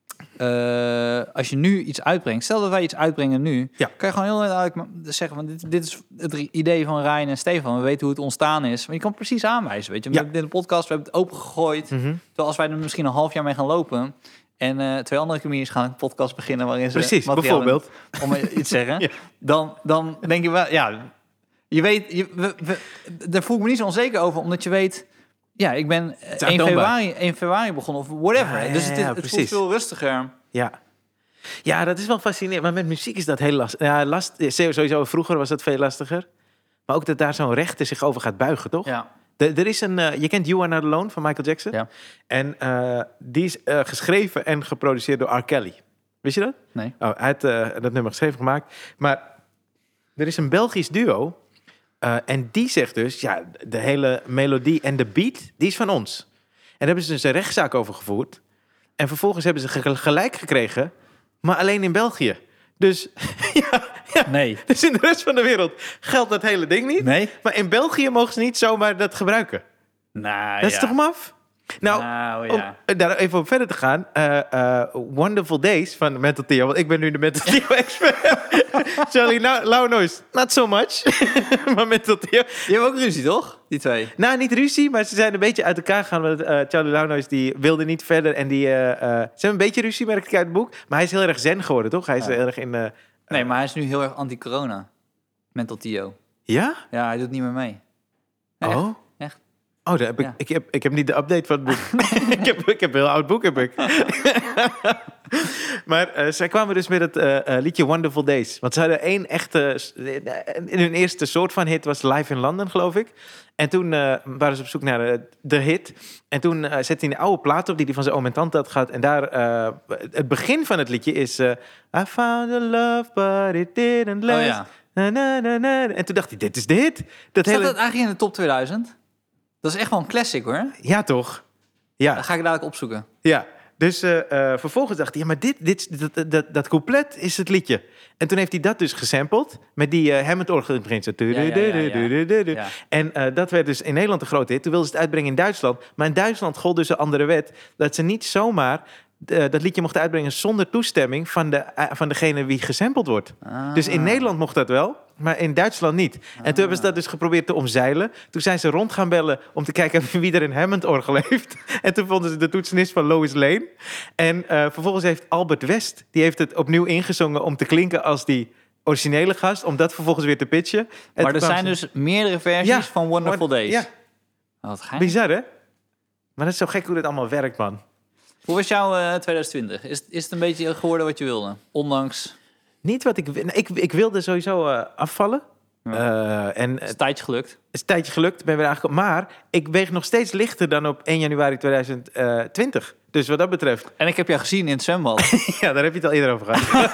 Uh, als je nu iets uitbrengt... Stel dat wij iets uitbrengen nu... Ja. Kan je gewoon heel duidelijk zeggen... Van dit, dit is het idee van Ryan en Stefan. We weten hoe het ontstaan is. Maar je kan precies aanwijzen. Weet je? We ja. hebben in de podcast... We hebben het opengegooid. Mm-hmm. Terwijl als wij er misschien een half jaar mee gaan lopen... En uh, twee andere comedians gaan een podcast beginnen... waarin ze precies, bijvoorbeeld. Om iets te zeggen. ja. dan, dan denk je wel... Ja, je weet... Je, we, we, daar voel ik me niet zo onzeker over... omdat je weet... Ja, ik ben één februari, één februari begonnen of whatever. Ja, ja, dus het, ja, het voelt veel rustiger. Ja. Ja, dat is wel fascinerend. Maar met muziek is dat heel lastig. Ja, last, sowieso vroeger was dat veel lastiger. Maar ook dat daar zo'n rechter zich over gaat buigen, toch? Ja. De, er is een, uh, je kent You Are Not Alone van Michael Jackson? Ja. En uh, die is uh, geschreven en geproduceerd door R. Kelly. Wist je dat? Nee. Oh, hij had uh, dat nummer geschreven gemaakt. Maar er is een Belgisch duo... Uh, en die zegt dus, ja, de hele melodie en de beat, die is van ons. En daar hebben ze dus een rechtszaak over gevoerd. En vervolgens hebben ze ge- gelijk gekregen, maar alleen in België. Dus, ja, ja, nee. Dus in de rest van de wereld geldt dat hele ding niet. Nee. Maar in België mogen ze niet zomaar dat gebruiken. Nou, dat is ja. toch maf? Nou, nou ja. om daar even op verder te gaan. Uh, uh, Wonderful Days van Mental Theo. Want ik ben nu de Mental Theo-expert. Charlie Launois, not so much. Maar Mental Theo... Je hebt ook ruzie, toch? Die twee? Nou, niet ruzie, maar ze zijn een beetje uit elkaar gegaan. Want uh, Charlie Launois die wilde niet verder. En die... Uh, uh, ze hebben een beetje ruzie, merk ik uit het boek. Maar hij is heel erg zen geworden, toch? Hij is ja. heel erg in... Uh, nee, maar hij is nu heel erg anti-corona. Mental Theo. Ja? Ja, hij doet niet meer mee. Echt? Oh? Echt? Oh, daar heb ik, ja. ik, heb, ik heb niet de update van het boek. ik, heb, ik heb een heel oud boek, heb ik. maar uh, zij kwamen dus met het uh, uh, liedje Wonderful Days. Want ze hadden één echte... In hun eerste soort van hit was Live in London, geloof ik. En toen uh, waren ze op zoek naar de, de hit. En toen uh, zette hij een oude plaat op die hij van zijn oom en tante had gehad. En daar... Uh, het begin van het liedje is... Uh, I found a love, but it didn't last. Oh, ja. na, na, na, na. En toen dacht hij, dit is de hit. Dat Staat hele... dat eigenlijk in de top tweeduizend? Dat is echt wel een classic, hoor. Ja, toch? Ja. Dat ga ik dadelijk opzoeken. Ja, dus uh, uh, vervolgens dacht hij... ja, maar dit, dit, dat, dat, dat couplet is het liedje. En toen heeft hij dat dus gesampled... met die uh, Hammond-orgel in het begin. Zo. Ja, ja, ja, ja. Ja. En uh, dat werd dus in Nederland een grote hit. Toen wilden ze het uitbrengen in Duitsland. Maar in Duitsland gold dus een andere wet... dat ze niet zomaar... Uh, dat liedje mocht uitbrengen zonder toestemming van, de, uh, van degene wie gesampled wordt. Ah. Dus in Nederland mocht dat wel, maar in Duitsland niet. Ah. En toen hebben ze dat dus geprobeerd te omzeilen. Toen zijn ze rond gaan bellen om te kijken wie er een Hammond-orgel heeft. En toen vonden ze de toetsenist van Lois Lane. En uh, vervolgens heeft Albert West, die heeft het opnieuw ingezongen om te klinken als die originele gast, om dat vervolgens weer te pitchen. En maar er zijn ze... dus meerdere versies ja, van Wonderful Days. Ja. Wat geil. Bizar, hè? Maar dat is zo gek hoe dit allemaal werkt, man. Hoe was jouw uh, twintig twintig? Is, is het een beetje geworden wat je wilde? Ondanks... Niet wat ik... Ik, ik wilde sowieso uh, afvallen. Ja. Uh, en, het is een tijdje gelukt. Het is een tijdje gelukt, ben weer aangekomen. Maar ik weeg nog steeds lichter dan op één januari tweeduizend twintig. Dus wat dat betreft... En ik heb jou gezien in het zwembad. Ja, daar heb je het al eerder over gehad.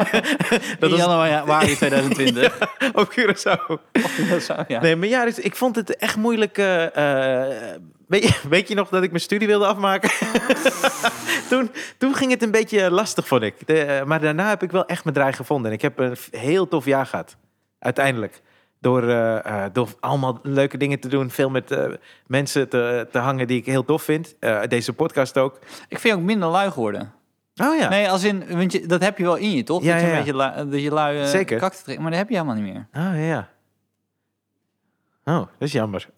dat in januari tweeduizend twintig. Ja, op Curaçao. Op Curaçao, ja. Nee, maar ja, dus ik vond het echt moeilijk... Uh, uh, weet, je, weet je nog dat ik mijn studie wilde afmaken? toen, toen ging het een beetje lastig, vond ik. De, uh, maar daarna heb ik wel echt mijn draai gevonden. En ik heb een heel tof jaar gehad. Uiteindelijk. Door, uh, uh, door allemaal leuke dingen te doen. Veel met uh, mensen te, te hangen die ik heel tof vind. Uh, deze podcast ook. Ik vind je ook minder lui geworden. Oh ja. Nee, als in, want je, dat heb je wel in je, toch? Ja, dat je ja, ja. een beetje lui, dat je lui uh, kakte trekt. Maar dat heb je helemaal niet meer. Oh ja. Oh, dat is jammer.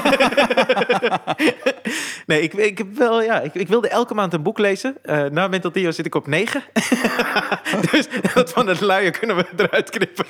nee, ik, ik heb wel, ja, ik, ik wilde elke maand een boek lezen. Uh, na Mental Theo zit ik op negen. dus dat van het luie kunnen we eruit knippen.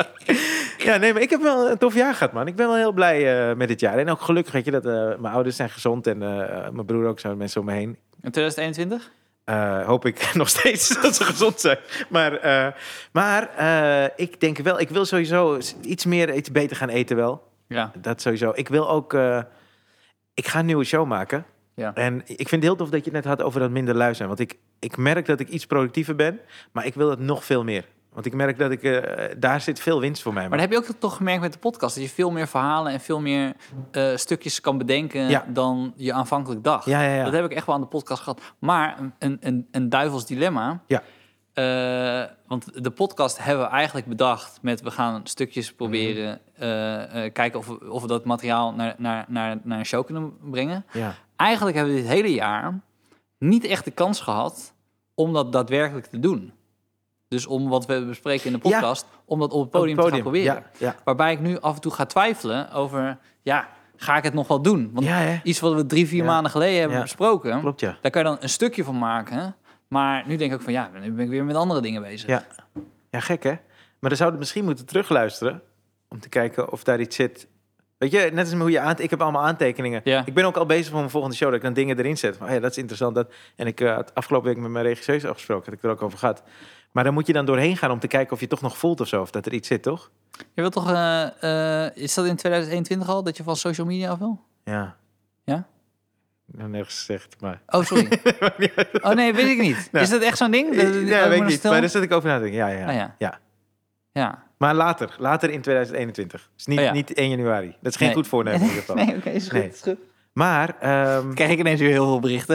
ja, nee, maar ik heb wel een tof jaar gehad, man. Ik ben wel heel blij uh, met dit jaar. En ook gelukkig, weet je, dat uh, mijn ouders zijn gezond en uh, mijn broer ook, zo mensen om me heen. In twintig eenentwintig? Uh, hoop ik nog steeds dat ze gezond zijn. Maar, uh, maar uh, ik denk wel, ik wil sowieso iets meer, iets beter gaan eten wel. Ja. Dat sowieso. Ik wil ook, uh, ik ga een nieuwe show maken. Ja. En ik vind het heel tof dat je het net had over dat minder lui zijn. Want ik, ik merk dat ik iets productiever ben, maar ik wil het nog veel meer. Want ik merk dat ik, uh, daar zit veel winst voor mij. Maar, maar dat heb je ook toch gemerkt met de podcast, dat je veel meer verhalen en veel meer uh, stukjes kan bedenken ja. dan je aanvankelijk dacht. Ja, ja, ja. Dat heb ik echt wel aan de podcast gehad. Maar een, een, een duivels dilemma. Ja. Uh, want de podcast hebben we eigenlijk bedacht met we gaan stukjes proberen uh, uh, kijken of we, of we dat materiaal naar, naar, naar, naar een show kunnen brengen. Ja. Eigenlijk hebben we dit hele jaar niet echt de kans gehad om dat daadwerkelijk te doen. Dus om wat we bespreken in de podcast, ja. om dat op het podium, op het podium. te gaan proberen. Ja, ja. Waarbij ik nu af en toe ga twijfelen over, ja, ga ik het nog wel doen? Want ja, iets wat we drie, vier ja. maanden geleden hebben ja. besproken, klopt, ja. daar kan je dan een stukje van maken. Maar nu denk ik ook van, ja, nu ben ik weer met andere dingen bezig. Ja, ja gek hè? Maar dan zouden we misschien moeten terugluisteren om te kijken of daar iets zit. Weet je, net als hoe je aan, ik heb allemaal aantekeningen. Ja. Ik ben ook al bezig voor mijn volgende show dat ik dan dingen erin zet. Van, oh ja, dat is interessant. Dat. En ik uh, had afgelopen week met mijn regisseurs afgesproken, had ik er ook over gehad. Maar dan moet je dan doorheen gaan om te kijken of je toch nog voelt of zo, of dat er iets zit, toch? Je wilt toch, uh, uh, is dat in twintig eenentwintig al, dat je van social media af wil? Ja. Ja? Nou, nergens gezegd, maar... Oh, sorry. oh nee, weet ik niet. Nou, is dat echt zo'n ding? Dat, ja, weet ik niet. Maar daar zit ik over na te denken. Ja, ja, ah, ja. ja. ja. Maar later. Later in twintig eenentwintig. Dus niet, oh, ja. niet één januari. Dat is geen nee. goed voornemen in ieder geval. Nee, oké, okay, is goed. Nee. Is goed. Maar... Um... Krijg ik ineens weer heel veel berichten.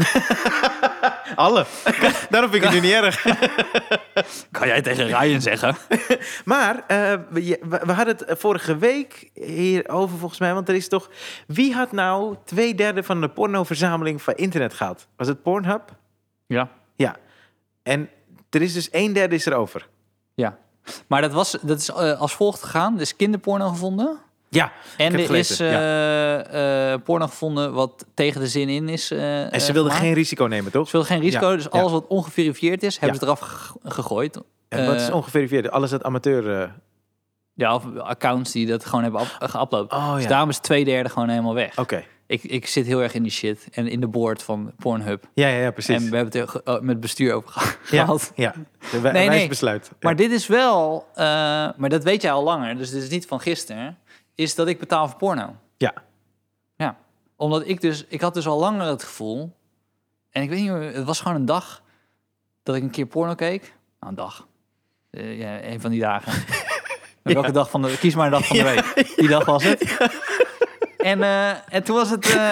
Alle. Daarom vind ik het nu niet erg. Kan jij tegen Ryan zeggen? maar uh, we, we hadden het vorige week hierover volgens mij. Want er is toch... Wie had nou twee derde van de pornoverzameling van internet gehad? Was het Pornhub? Ja. Ja. En er is dus een derde is er over. Ja. Maar dat, was, dat is uh, als volgt gegaan. Er is kinderporno gevonden. Ja, en er is uh, ja. uh, porno gevonden wat tegen de zin in is. Uh, en ze wilden uh, geen risico nemen, toch? Ze wilden geen risico, ja. dus alles wat ongeverifieerd is, hebben ja. ze eraf ge- gegooid. En uh, wat is ongeverifieerd? Alles dat amateur... Uh... Ja, of accounts die dat gewoon hebben up- geüpload. Oh, dus ja. daarom is twee derde gewoon helemaal weg. Oké. Okay. Ik, ik zit heel erg in die shit en in de board van Pornhub. Ja, ja, ja, precies. En we hebben het er met bestuur over ja, gehad. Ja, de w- nee, wijsbesluit. Ja. Maar dit is wel... Uh, maar dat weet jij al langer, dus dit is niet van gisteren... is dat ik betaal voor porno. Ja. Ja. Omdat ik dus... Ik had dus al langer het gevoel... En ik weet niet meer... Het was gewoon een dag... dat ik een keer porno keek. Nou, een dag. Uh, ja, een van die dagen. ja. Welke dag van de... Kies maar een dag van de week. Ja. Die dag was het. Ja. En, uh, en toen was het... Uh,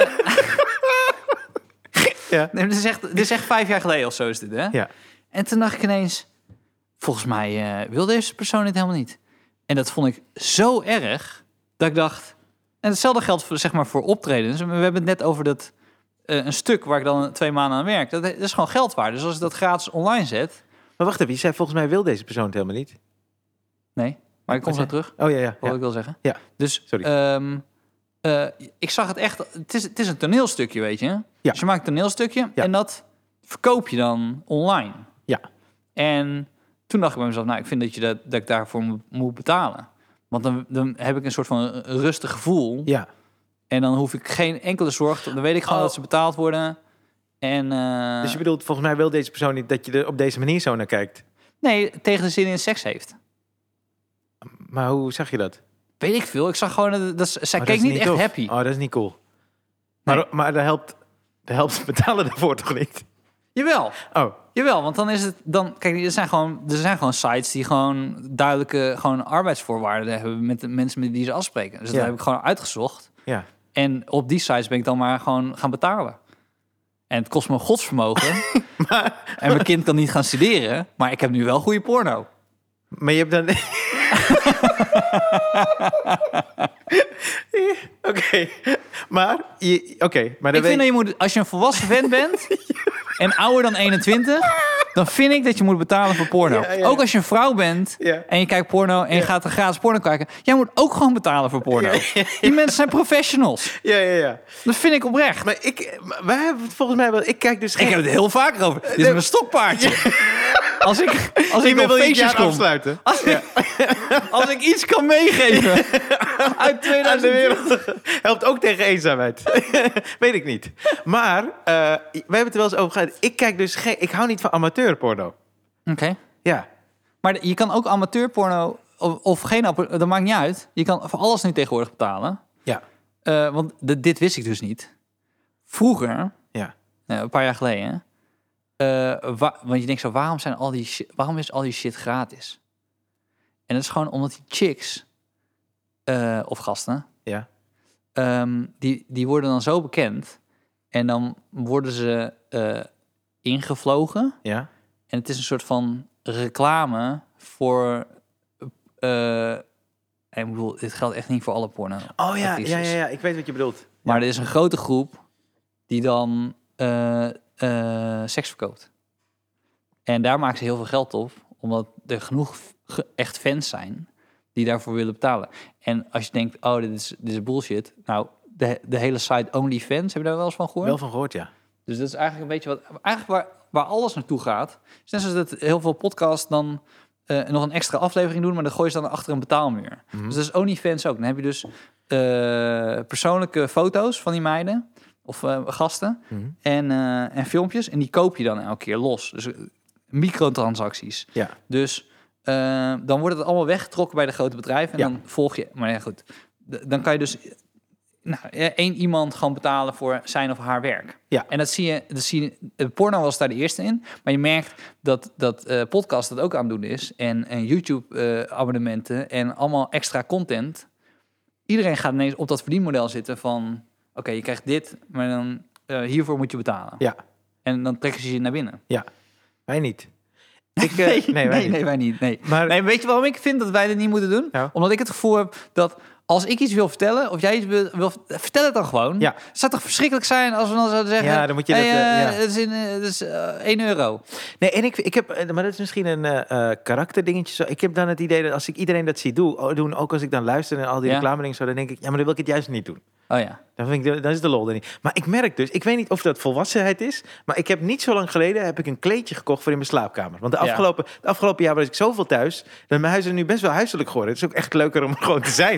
ja. Nee, dit, is echt, dit is echt vijf jaar geleden of zo is dit, hè? Ja. En toen dacht ik ineens... Volgens mij uh, wil deze persoon dit helemaal niet. En dat vond ik zo erg... dat ik dacht... En hetzelfde geldt voor, zeg maar, voor optredens. We hebben het net over dat... Uh, een stuk waar ik dan twee maanden aan werk. Dat, dat is gewoon geld waard. Dus als ik dat gratis online zet... Maar wacht even, je zei volgens mij wil deze persoon het helemaal niet. Nee, maar ik kom zo terug. Oh ja, ja. Wat ja. ik wil zeggen. Ja, dus, sorry. Um, uh, ik zag het echt... Het is, het is een toneelstukje, weet je. Ja. Dus je maakt een toneelstukje ja. en dat verkoop je dan online. Ja. En toen dacht ik bij mezelf... Nou, ik vind dat, je dat, dat ik daarvoor moet, moet betalen. Want dan, dan heb ik een soort van rustig gevoel. Ja. En dan hoef ik geen enkele zorg te... Dan weet ik gewoon oh. dat ze betaald worden... En, uh, dus je bedoelt, volgens mij wil deze persoon niet dat je er op deze manier zo naar kijkt? Nee, tegen de zin in seks heeft. Maar hoe zag je dat? Weet ik veel. Ik zag gewoon, dat, dat zij oh, keek dat niet, niet echt tof. happy. Oh, dat is niet cool. Nee. Maar, maar dat helpt, dat helpt betalen daarvoor toch niet? Jawel. Oh. Jawel, want dan is het... dan Kijk, er zijn gewoon, er zijn gewoon sites die gewoon duidelijke gewoon arbeidsvoorwaarden hebben met de mensen met die ze afspreken. Dus ja. dat heb ik gewoon uitgezocht. Ja. En op die sites ben ik dan maar gewoon gaan betalen. En het kost me godsvermogen. maar... En mijn kind kan niet gaan studeren. Maar ik heb nu wel goede porno. Maar je hebt dan... Oké, okay. maar... Oké, okay, maar... Ik weet... vind dat je moet... Als je een volwassen vent bent... en ouder dan eenentwintig... dan vind ik dat je moet betalen voor porno. Ja, ja. Ook als je een vrouw bent... Ja. en je kijkt porno... en je ja. gaat een gratis porno kijken... jij moet ook gewoon betalen voor porno. Ja, ja, ja. Die mensen zijn professionals. Ja, ja, ja. Dat vind ik oprecht. Maar ik... wij hebben het volgens mij wel... Ik kijk dus geen... Ik heb het heel vaak over. Dit is een stokpaardje. Ja. Als ik, als ik op feestjes kom... afsluiten. Als, ja. als ik iets kan meegeven... uit tweeduizend wereld helpt ook tegen eenzaamheid. Weet ik niet. Maar uh, we hebben het er wel eens over gehad. Ik kijk dus geen... Ik hou niet van amateurporno. Oké. Okay. Ja. Maar je kan ook amateurporno... Of, of geen... Dat maakt niet uit. Je kan voor alles nu tegenwoordig betalen. Ja. Uh, want de, dit wist ik dus niet. Vroeger... Ja. Uh, een paar jaar geleden... Uh, wa- want je denkt zo, waarom zijn al die shit, waarom is al die shit gratis? En dat is gewoon omdat die chicks uh, of gasten, ja, um, die die worden dan zo bekend en dan worden ze uh, ingevlogen. Ja. En het is een soort van reclame voor. Uh, ik bedoel, dit geldt echt niet voor alle porno. Oh ja, ja, ja, ja, ik weet wat je bedoelt. Maar ja. Er is een grote groep die dan. Uh, Uh, seks verkoopt. En daar maken ze heel veel geld op, omdat er genoeg ge- echt fans zijn die daarvoor willen betalen. En als je denkt, oh, dit is, dit is bullshit. Nou, de, de hele site OnlyFans, heb je daar wel eens van gehoord? Wel van gehoord, ja. Dus dat is eigenlijk een beetje wat... Eigenlijk waar, waar alles naartoe gaat. Is net zoals dat heel veel podcasts dan uh, nog een extra aflevering doen, maar dan gooi je ze dan achter een betaalmuur. Mm-hmm. Dus dat is OnlyFans ook. Dan heb je dus uh, persoonlijke foto's van die meiden of uh, gasten mm-hmm. en, uh, en filmpjes. En die koop je dan elke keer los. Dus uh, microtransacties. Ja. Dus uh, dan wordt het allemaal weggetrokken bij de grote bedrijven. En ja. dan volg je... Maar ja, goed. D- dan kan je dus... Nou, één iemand gewoon betalen voor zijn of haar werk. Ja. En dat zie je... Dat zie je porno was daar de eerste in. Maar je merkt dat, dat uh, podcast dat ook aan het doen is. En, en YouTube-abonnementen. Uh, en allemaal extra content. Iedereen gaat ineens op dat verdienmodel zitten van... Oké, okay, je krijgt dit, maar dan uh, hiervoor moet je betalen. Ja. En dan trekken ze je naar binnen. Ja, wij niet. Ik, uh, nee, nee, wij nee, niet. nee, wij niet. Nee. Maar nee, weet je waarom ik vind dat wij dit niet moeten doen? Ja. Omdat ik het gevoel heb dat als ik iets wil vertellen, of jij iets wil, wil vertel het dan gewoon. Ja. Het zou toch verschrikkelijk zijn als we dan zouden zeggen... Ja, dan moet je hey, dat... Uh, uh, ja. Het is, in, uh, het is uh, één euro. Nee, en ik, ik heb... Maar dat is misschien een uh, karakterdingetje. Zo. Ik heb dan het idee dat als ik iedereen dat zie doen, doen, ook als ik dan luister en al die ja. reclame dingen zo, dan denk ik, ja, maar dan wil ik het juist niet doen. Oh ja. Dan vind ik, dan is de lol er niet. Maar ik merk dus, ik weet niet of dat volwassenheid is, maar ik heb niet zo lang geleden heb ik een kleedje gekocht voor in mijn slaapkamer. Want de afgelopen, ja. de afgelopen jaar was ik zoveel thuis, dat mijn huis is nu best wel huiselijk geworden. Het is ook echt leuker om er gewoon te zijn.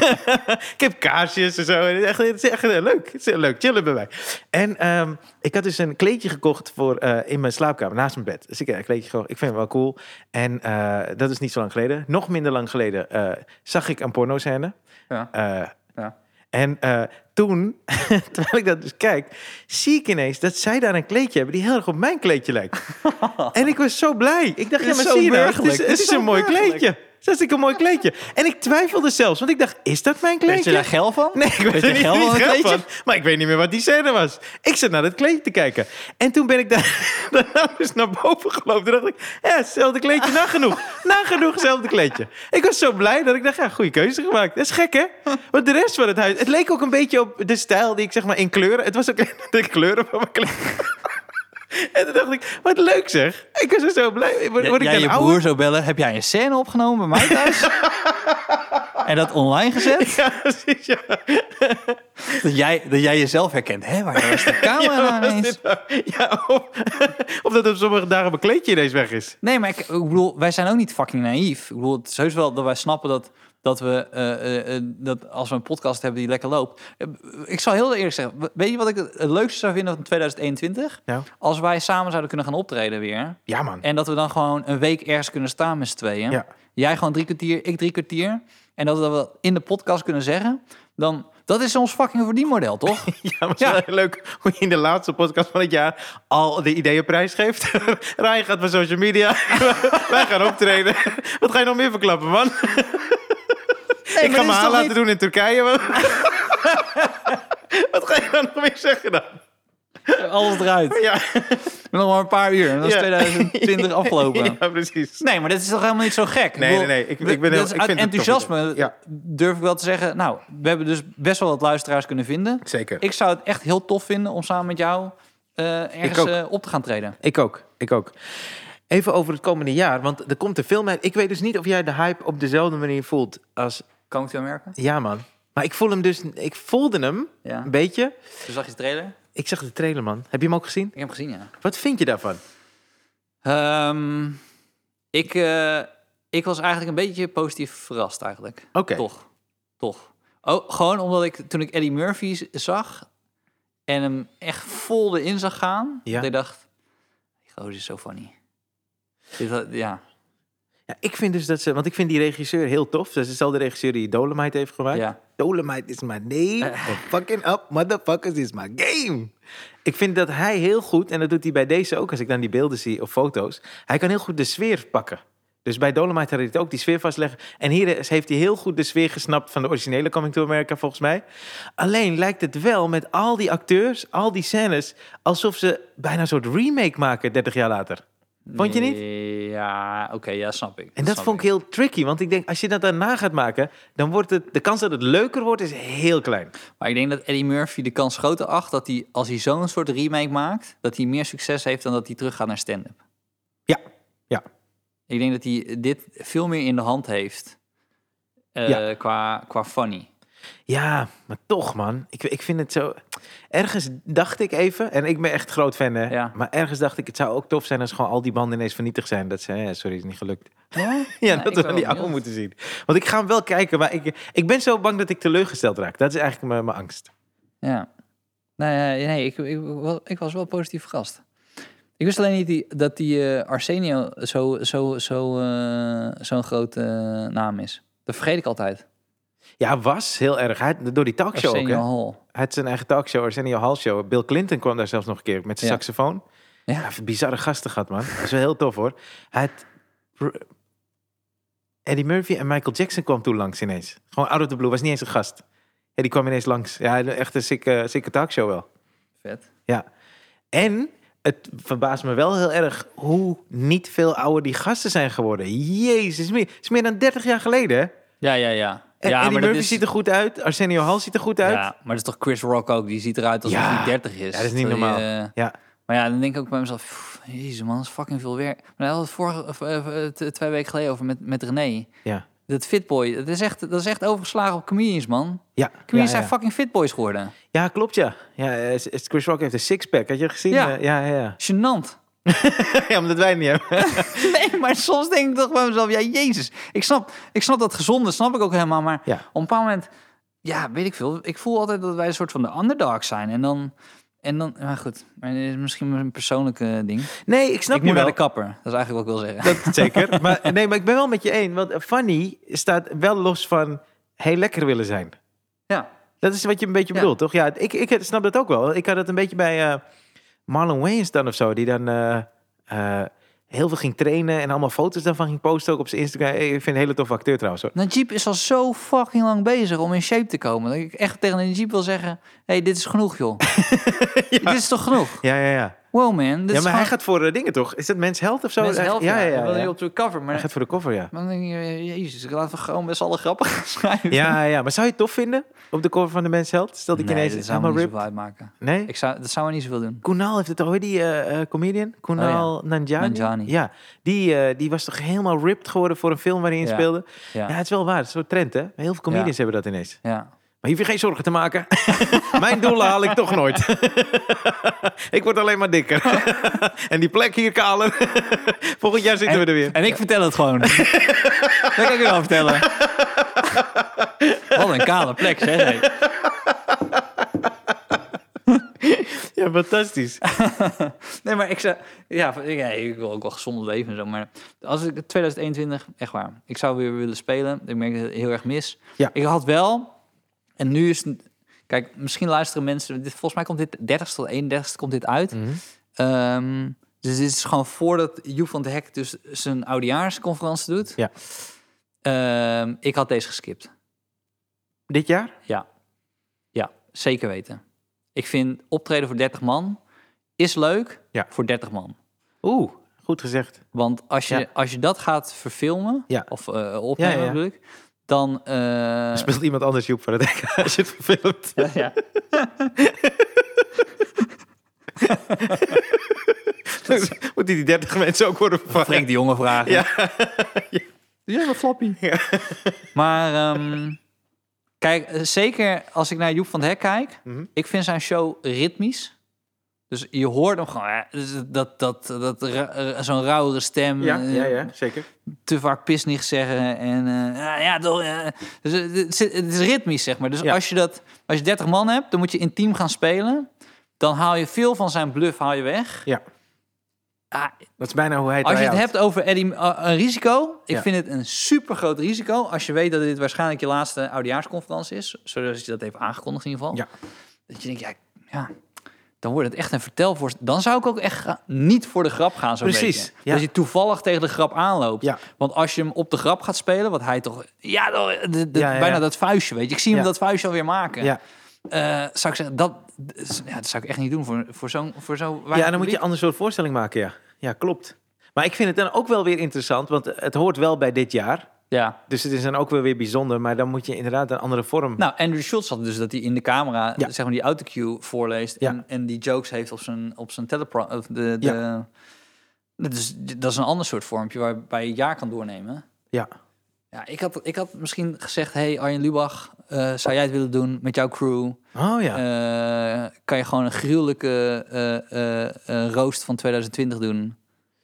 Ik heb kaarsjes en zo. Het is echt, het is echt heel leuk. Het is heel leuk. Chillen bij mij. En um, ik had dus een kleedje gekocht voor uh, in mijn slaapkamer, naast mijn bed. Dus ik heb een kleedje gekocht. Ik vind het wel cool. En uh, dat is niet zo lang geleden. Nog minder lang geleden uh, zag ik een pornoscène. Ja. Uh, ja. En uh, toen, terwijl ik dat dus kijk, zie ik ineens dat zij daar een kleedje hebben die heel erg op mijn kleedje lijkt. En ik was zo blij. Ik dacht, ja, maar zie je nou, het is, het is, is een mooi kleedje. Dat is een mooi kleedje. En ik twijfelde zelfs, want ik dacht, is dat mijn kleedje? Weet je daar geld van? Nee, ik weet er niet, geld niet geld van. Maar ik weet niet meer wat die scène was. Ik zat naar dat kleedje te kijken. En toen ben ik daar, daarna dus naar boven gelopen. Toen dacht ik, ja, hetzelfde kleedje, nagenoeg. Nagenoeg hetzelfde kleedje. Ik was zo blij dat ik dacht, ja, goede keuze gemaakt. Dat is gek, hè? Want de rest van het huis, het leek ook een beetje op de stijl die ik zeg maar in kleuren. Het was ook de kleuren van mijn kleedje. En toen dacht ik, wat leuk zeg. Ik was er zo blij. Word, word ja, ik je ouder? broer zou bellen. Heb jij een scène opgenomen bij mij thuis? En dat online gezet? Ja, precies, ja. Dat jij, dat jij jezelf herkent. Hé, waar was de camera ja, nou ineens? Nou? Ja, of, of dat op sommige dagen mijn kleedje ineens weg is. Nee, maar ik, ik bedoel, wij zijn ook niet fucking naïef. Ik bedoel, het is heus wel dat wij snappen dat... dat we uh, uh, dat als we een podcast hebben die lekker loopt. Uh, ik zal heel eerlijk zeggen, weet je wat ik het leukste zou vinden van tweeduizend eenentwintig? Ja. Als wij samen zouden kunnen gaan optreden weer. Ja, man. En dat we dan gewoon een week ergens kunnen staan met z'n tweeën. Ja. Jij gewoon drie kwartier, ik drie kwartier. En dat we dat in de podcast kunnen zeggen. Dan, dat is ons fucking verdienmodel, toch? Ja, maar het is ja. wel heel leuk hoe je in de laatste podcast van het jaar al de ideeën prijsgeeft. Ryan gaat van social media. Wij gaan optreden. Wat ga je nog meer verklappen, man? Nee, ik ga me haar laten niet... doen in Turkije. Man. Wat ga je dan nog meer zeggen dan? Alles eruit. Ja. nog maar een paar uur. En dan is Ja. twintig twintig afgelopen. Ja, precies. Nee, maar dit is toch helemaal niet zo gek? Nee, nee, nee. Ik, ik ben heel, dat is ik uit vind het enthousiasme tof. Ja, durf ik wel te zeggen. Nou, we hebben dus best wel wat luisteraars kunnen vinden. zeker. Ik zou het echt heel tof vinden om samen met jou uh, ergens uh, op te gaan treden. Ik ook, ik ook. Even over het komende jaar, want er komt een film uit. Ik weet dus niet of jij de hype op dezelfde manier voelt als... Coming to America? Ja, man. Maar ik voel hem dus... Ik voelde hem, ja. een beetje. Dus zag je de trailer? Ik zag de trailer, man. Heb je hem ook gezien? Ik heb hem gezien, ja. Wat vind je daarvan? Um, ik, uh, ik was eigenlijk een beetje positief verrast, eigenlijk. Oké. Okay. Toch. Toch. Oh, gewoon omdat ik, toen ik Eddie Murphy zag... en hem echt vol erin zag gaan... Ja. dat ik dacht... die gozer is zo funny. Dit, ja... Ja, ik vind dus dat ze... Want ik vind die regisseur heel tof. Dat is dezelfde regisseur die Dolomite heeft gemaakt. Ja. Dolomite is my name. Uh. Fucking up, motherfuckers, is my game. Ik vind dat hij heel goed... En dat doet hij bij deze ook, als ik dan die beelden zie of foto's. Hij kan heel goed de sfeer pakken. Dus bij Dolomite had hij het ook, die sfeer vastleggen. En hier heeft hij heel goed de sfeer gesnapt... van de originele Coming to America, volgens mij. Alleen lijkt het wel met al die acteurs, al die scènes... alsof ze bijna een soort remake maken dertig jaar later. Vond je niet? Ja, oké, okay, ja, snap ik. En dat snap vond ik heel tricky. Want ik denk, als je dat daarna gaat maken... dan wordt het... de kans dat het leuker wordt, is heel klein. Maar ik denk dat Eddie Murphy de kans groter acht... dat hij, als hij zo'n soort remake maakt... dat hij meer succes heeft dan dat hij terug gaat naar stand-up. Ja, ja. Ik denk dat hij dit veel meer in de hand heeft... Uh, ja. qua, qua funny. Ja, maar toch, man. Ik, ik vind het zo... Ergens dacht ik even, en ik ben echt groot fan, hè. Ja. Maar ergens dacht ik, het zou ook tof zijn als gewoon al die banden ineens vernietigd zijn. Dat ze, ja, sorry, is niet gelukt. Ja, ja, ja dat we dan die oude moeten zien. Want ik ga hem wel kijken, maar ik, ik ben zo bang dat ik teleurgesteld raak. Dat is eigenlijk mijn, mijn angst. Ja. Nee, nee ik, ik, ik was wel positief verrast. Ik wist alleen niet die, dat die uh, Arsenio zo, zo, zo, uh, zo'n grote uh, naam is. Dat vergeet ik altijd. Ja, was heel erg. Hij, door die talkshow Arsenio ook, hè? Hall. Hij had zijn eigen talkshow, Arsenio Hall Show. Bill Clinton kwam daar zelfs nog een keer met zijn ja. saxofoon. Ja. Hij heeft een bizarre gasten gehad, man. Dat is wel heel tof, hoor. Hij had... Eddie Murphy en Michael Jackson kwam toen langs ineens. Gewoon out of the blue, was niet eens een gast. Ja, die kwam ineens langs. Ja, echt een sikke, sikke talkshow wel. Vet. Ja. En... het verbaast me wel heel erg hoe niet veel ouder die gasten zijn geworden. Jezus, het is meer dan dertig jaar geleden, hè? Ja, ja, ja. En ja, Eddie maar Murphy is... ziet er goed uit. Arsenio Hall ziet er goed uit. Ja, maar dat is toch Chris Rock ook. Die ziet eruit alsof ja. hij dertig is. Ja, dat is niet normaal. Je, ja. Maar ja, dan denk ik ook bij mezelf... Jezus man, dat is fucking veel werk. Maar daar hadden we het vorige, uh, twee weken geleden over met, met René. Ja. Dat Fitboy, dat is echt, dat is echt overgeslagen op comedians, man. Ja. Comedians ja, ja. zijn fucking Fitboys geworden. Ja, klopt, ja. ja. Chris Rock heeft een sixpack. Had je gezien? Ja. Uh, ja, ja, ja. Gênant. Ja, omdat wij het niet hebben. Nee, maar soms denk ik toch bij mezelf... Ja, jezus. Ik snap, ik snap dat gezonde, snap ik ook helemaal. Maar ja. op een bepaald moment... Ja, weet ik veel. Ik voel altijd dat wij een soort van de underdog zijn. En dan... En dan maar goed, maar het is misschien een persoonlijke ding. Nee, ik snap ik je moet wel. naar de kapper. Dat is eigenlijk wat ik wil zeggen. Dat zeker. Maar, nee, maar ik ben wel met je één. Want funny staat wel los van heel lekker willen zijn. Ja. Dat is wat je een beetje bedoelt, ja. toch? Ja, ik, ik snap dat ook wel. Ik had het een beetje bij uh, Marlon Wayans dan of zo. Die dan uh, uh, heel veel ging trainen en allemaal foto's daarvan ging posten ook op zijn Instagram. Ik vind een hele toffe acteur trouwens, hoor. Najib is al zo fucking lang bezig om in shape te komen. Dat ik echt tegen Najib wil zeggen... Hé, hey, dit is genoeg, joh. Ja. Dit is toch genoeg? Ja, ja, ja. Wow, man. Dit ja, maar is hij gewoon... gaat voor uh, dingen, toch? Is dat Men's Health of zo? Men's Health, ja. ja, ja, ja, ja. ja. Op de cover, maar... Hij gaat voor de cover, ja. Dan denk je, jezus, ik laat we gewoon best alle grappen gaan schrijven. Ja, ja. Maar zou je het tof vinden op de cover van de Men's Health? Stel dat ik nee, ineens dat zou me niet zoveel uitmaken. Nee? Ik zou, dat zou me niet zoveel doen. Kunal heeft het al, die uh, uh, comedian? Kunal oh, ja. Nanjiani? Nanjiani. Ja, die, uh, die was toch helemaal ripped geworden voor een film waar hij in ja. speelde? Ja. ja, het is wel waar. Het is zo'n trend, hè? Heel veel comedians ja. hebben dat ineens. Ja. Maar je hoeft je geen zorgen te maken. Mijn doelen haal ik toch nooit. Ik word alleen maar dikker. En die plek hier kaler. Volgend jaar zitten en, we er weer. En ik vertel het gewoon. Dat kan ik je wel vertellen. Wat een kale plek, zeg. Hey. Ja, fantastisch. Nee, maar ik zei... Ja, ja, ik wil ook wel gezond leven en zo. Maar als ik twintig eenentwintig, echt waar. Ik zou weer willen spelen. Ik merk het heel erg mis. Ja. Ik had wel... En nu is het... Kijk, misschien luisteren mensen... Dit, volgens mij komt dit dertigste tot eenendertigste komt dit uit. Mm-hmm. Um, dus dit is gewoon voordat Joep van de Hek dus zijn oudejaarsconferentie doet. Ja. Um, ik had deze geskipt. Dit jaar? Ja. Ja, zeker weten. Ik vind optreden voor dertig man is leuk ja. voor dertig man. Oeh, goed gezegd. Want als je, ja. als je dat gaat verfilmen, ja. of uh, opnemen ja, ja, ja. bedoel ik, dan... Uh... Speelt iemand anders Joep van het Hek als je het verfilmt. Ja, ja. Dus moeten die dertig mensen ook worden vervangen? Frank de Jonge vragen. Ja. ja. Die hebben floppy. Ja. Maar um, kijk, zeker als ik naar Joep van het Hek kijk, mm-hmm. ik vind zijn show ritmisch. Dus je hoort hem gewoon, ja, dat, dat, dat, dat zo'n rauwere stem. Ja, ja, ja, zeker. Te vaak pisnig zeggen. En uh, ja, toch. Uh, dus het, het is ritmisch, zeg maar. Dus ja. als je dat, als je dertig man hebt, dan moet je intiem gaan spelen. Dan haal je veel van zijn bluff haal je weg. Ja. Ah, dat is bijna hoe hij het Als je het uit. hebt over Eddie, uh, een risico. Ik ja. vind het een super groot risico. Als je weet dat dit waarschijnlijk je laatste oudejaarsconferentie is. Zoals je dat heeft aangekondigd in ieder geval. Ja. Dat je denkt, ja, ja, dan wordt het echt een vertelvoorstelling. Dan zou ik ook echt ga, niet voor de grap gaan zo'n Precies. beetje. Ja. Dat je toevallig tegen de grap aanloopt. Ja. Want als je hem op de grap gaat spelen, wat hij toch... Ja, de, de, de, ja, ja, bijna ja. dat vuistje, weet je. Ik zie hem ja. dat vuistje alweer maken. Ja. Uh, zou ik zeggen, dat, ja, dat zou ik echt niet doen voor, voor zo'n... Voor zo ja, dan publiek. Moet je een ander soort voorstelling maken, ja. Ja, klopt. Maar ik vind het dan ook wel weer interessant, want het hoort wel bij dit jaar. Ja. Dus het is dan ook wel weer bijzonder, maar dan moet je inderdaad een andere vorm... Nou, Andrew Schultz had dus dat hij in de camera, ja. zeg maar, die autocue voorleest ja. en, en die jokes heeft op zijn, op zijn telepro... Of de, de, ja. Dus dat is een ander soort vormpje waarbij je een jaar kan doornemen. Ja. Ja, ik had, ik had misschien gezegd, hey Arjen Lubach, uh, zou jij het willen doen met jouw crew? Oh ja. Uh, kan je gewoon een gruwelijke uh, uh, uh, roost van twintig twintig doen?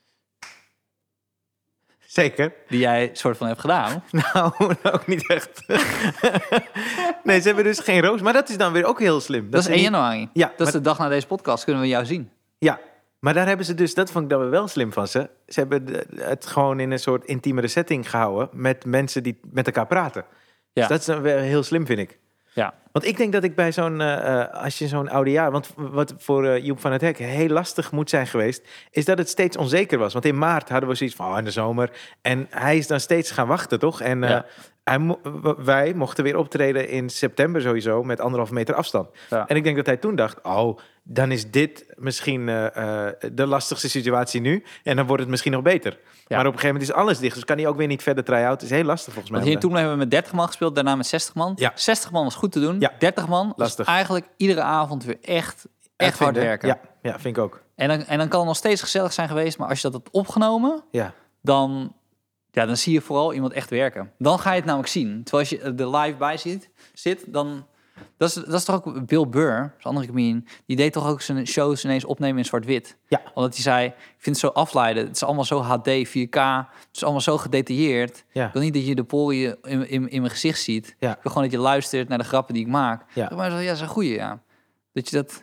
Zeker. Die jij soort van hebt gedaan. Nou, ook niet echt. Nee, ze hebben dus geen roos. Maar dat is dan weer ook heel slim. Dat, dat is één januari. Ja, dat maar... is de dag na deze podcast. Kunnen we jou zien. Ja, maar daar hebben ze dus... Dat vond ik dan wel slim van ze. Ze hebben het gewoon in een soort intiemere setting gehouden... met mensen die met elkaar praten. Ja. Dus dat is dan wel heel slim, vind ik. Ja. Want ik denk dat ik bij zo'n... Uh, als je zo'n oudejaar... Want wat voor uh, Joep van het Hek heel lastig moet zijn geweest... is dat het steeds onzeker was. Want in maart hadden we zoiets van... Oh, in de zomer. En hij is dan steeds gaan wachten, toch? En uh, ja. hij mo- wij mochten weer optreden in september sowieso... met anderhalve meter afstand. Ja. En ik denk dat hij toen dacht... Oh, dan is dit misschien uh, uh, de lastigste situatie nu. En dan wordt het misschien nog beter. Ja. Maar op een gegeven moment is alles dicht. Dus kan hij ook weer niet verder try-out. Het is heel lastig volgens mij. Want hier toen hebben we met dertig man gespeeld. Daarna met zestig man. Ja. zestig man was goed te doen. Ja. dertig man lastig. Was eigenlijk iedere avond weer echt, echt hard werken. Ja. ja, vind ik ook. En dan, en dan kan het nog steeds gezellig zijn geweest. Maar als je dat hebt opgenomen... Ja. Dan, ja, dan zie je vooral iemand echt werken. Dan ga je het namelijk zien. Terwijl als je er live bij zit, zit dan... Dat is, dat is toch ook Bill Burr, een andere comedian... die deed toch ook zijn shows ineens opnemen in zwart-wit. Ja. Omdat hij zei, ik vind het zo afleiden. Het is allemaal zo H D, vier K. Het is allemaal zo gedetailleerd. Ja. Ik wil niet dat je de poriën in, in, in mijn gezicht ziet. Ja. Ik wil gewoon dat je luistert naar de grappen die ik maak. Ja. Maar zo, ja, dat is een goeie, ja. Dat je dat...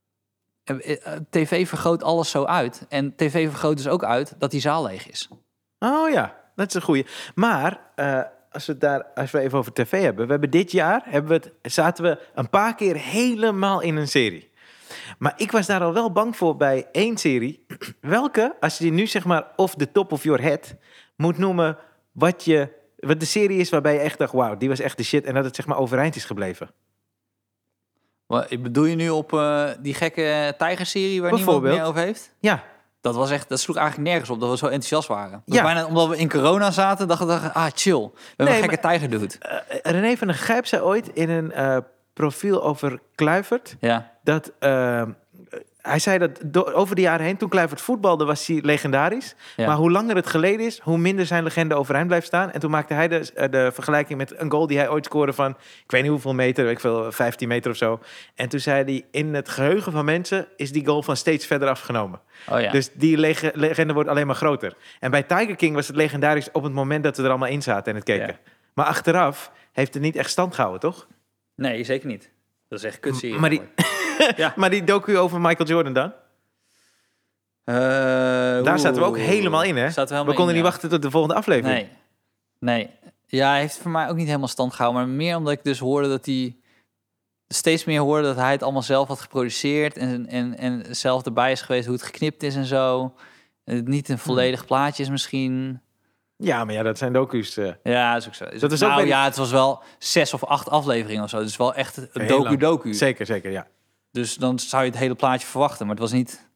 tv vergroot alles zo uit. En tv vergroot dus ook uit dat die zaal leeg is. Oh ja, dat is een goeie. Maar... Uh... Als we, daar, als we even over tv hebben. We hebben dit jaar, hebben we het, zaten we een paar keer helemaal in een serie. Maar ik was daar al wel bang voor bij één serie. Welke, als je die nu zeg maar off the top of your head moet noemen... wat, je, wat de serie is waarbij je echt dacht... wauw, die was echt de shit. En dat het zeg maar overeind is gebleven. Wat bedoel je nu op uh, die gekke tijgerserie waar niemand meer over heeft? Ja. Dat was echt, dat sloeg eigenlijk nergens op dat we zo enthousiast waren. Ja. Bijna omdat we in corona zaten, dachten we, ah chill. We hebben nee, een gekke tijger doet. Uh, René van der Gijp zei ooit in een uh, profiel over Kluivert... Ja. dat uh, hij zei dat do- over de jaren heen, toen Kluivert voetbalde, was hij legendarisch. Ja. Maar hoe langer het geleden is, hoe minder zijn legende overeind blijft staan. En toen maakte hij de, de vergelijking met een goal die hij ooit scoorde van... ik weet niet hoeveel meter, weet ik veel, vijftien meter of zo. En toen zei hij, in het geheugen van mensen is die goal van steeds verder afgenomen. Oh ja. Dus die leg- legende wordt alleen maar groter. En bij Tiger King was het legendarisch op het moment dat we er allemaal in zaten en het keken. Ja. Maar achteraf heeft het niet echt stand gehouden, toch? Nee, zeker niet. Dat is echt kutserie. Maar die... Ja. Maar die docu over Michael Jordan dan? Uh, Daar oe, zaten we ook helemaal in, hè? We, we konden in, niet ja. wachten tot de volgende aflevering. Nee. nee. Ja, hij heeft voor mij ook niet helemaal stand gehouden. Maar meer omdat ik dus hoorde dat hij... steeds meer hoorde dat hij het allemaal zelf had geproduceerd... en, en, en zelf erbij is geweest hoe het geknipt is en zo. En het niet een volledig plaatje is misschien... Ja, maar ja, dat zijn docu's. Uh... Ja, dat is ook zo. Is dat het, is nou ook ja, het was wel zes of acht afleveringen of zo. Dus wel echt een docu-docu. Zeker, zeker, ja. Dus dan zou je het hele plaatje verwachten. Maar het was niet...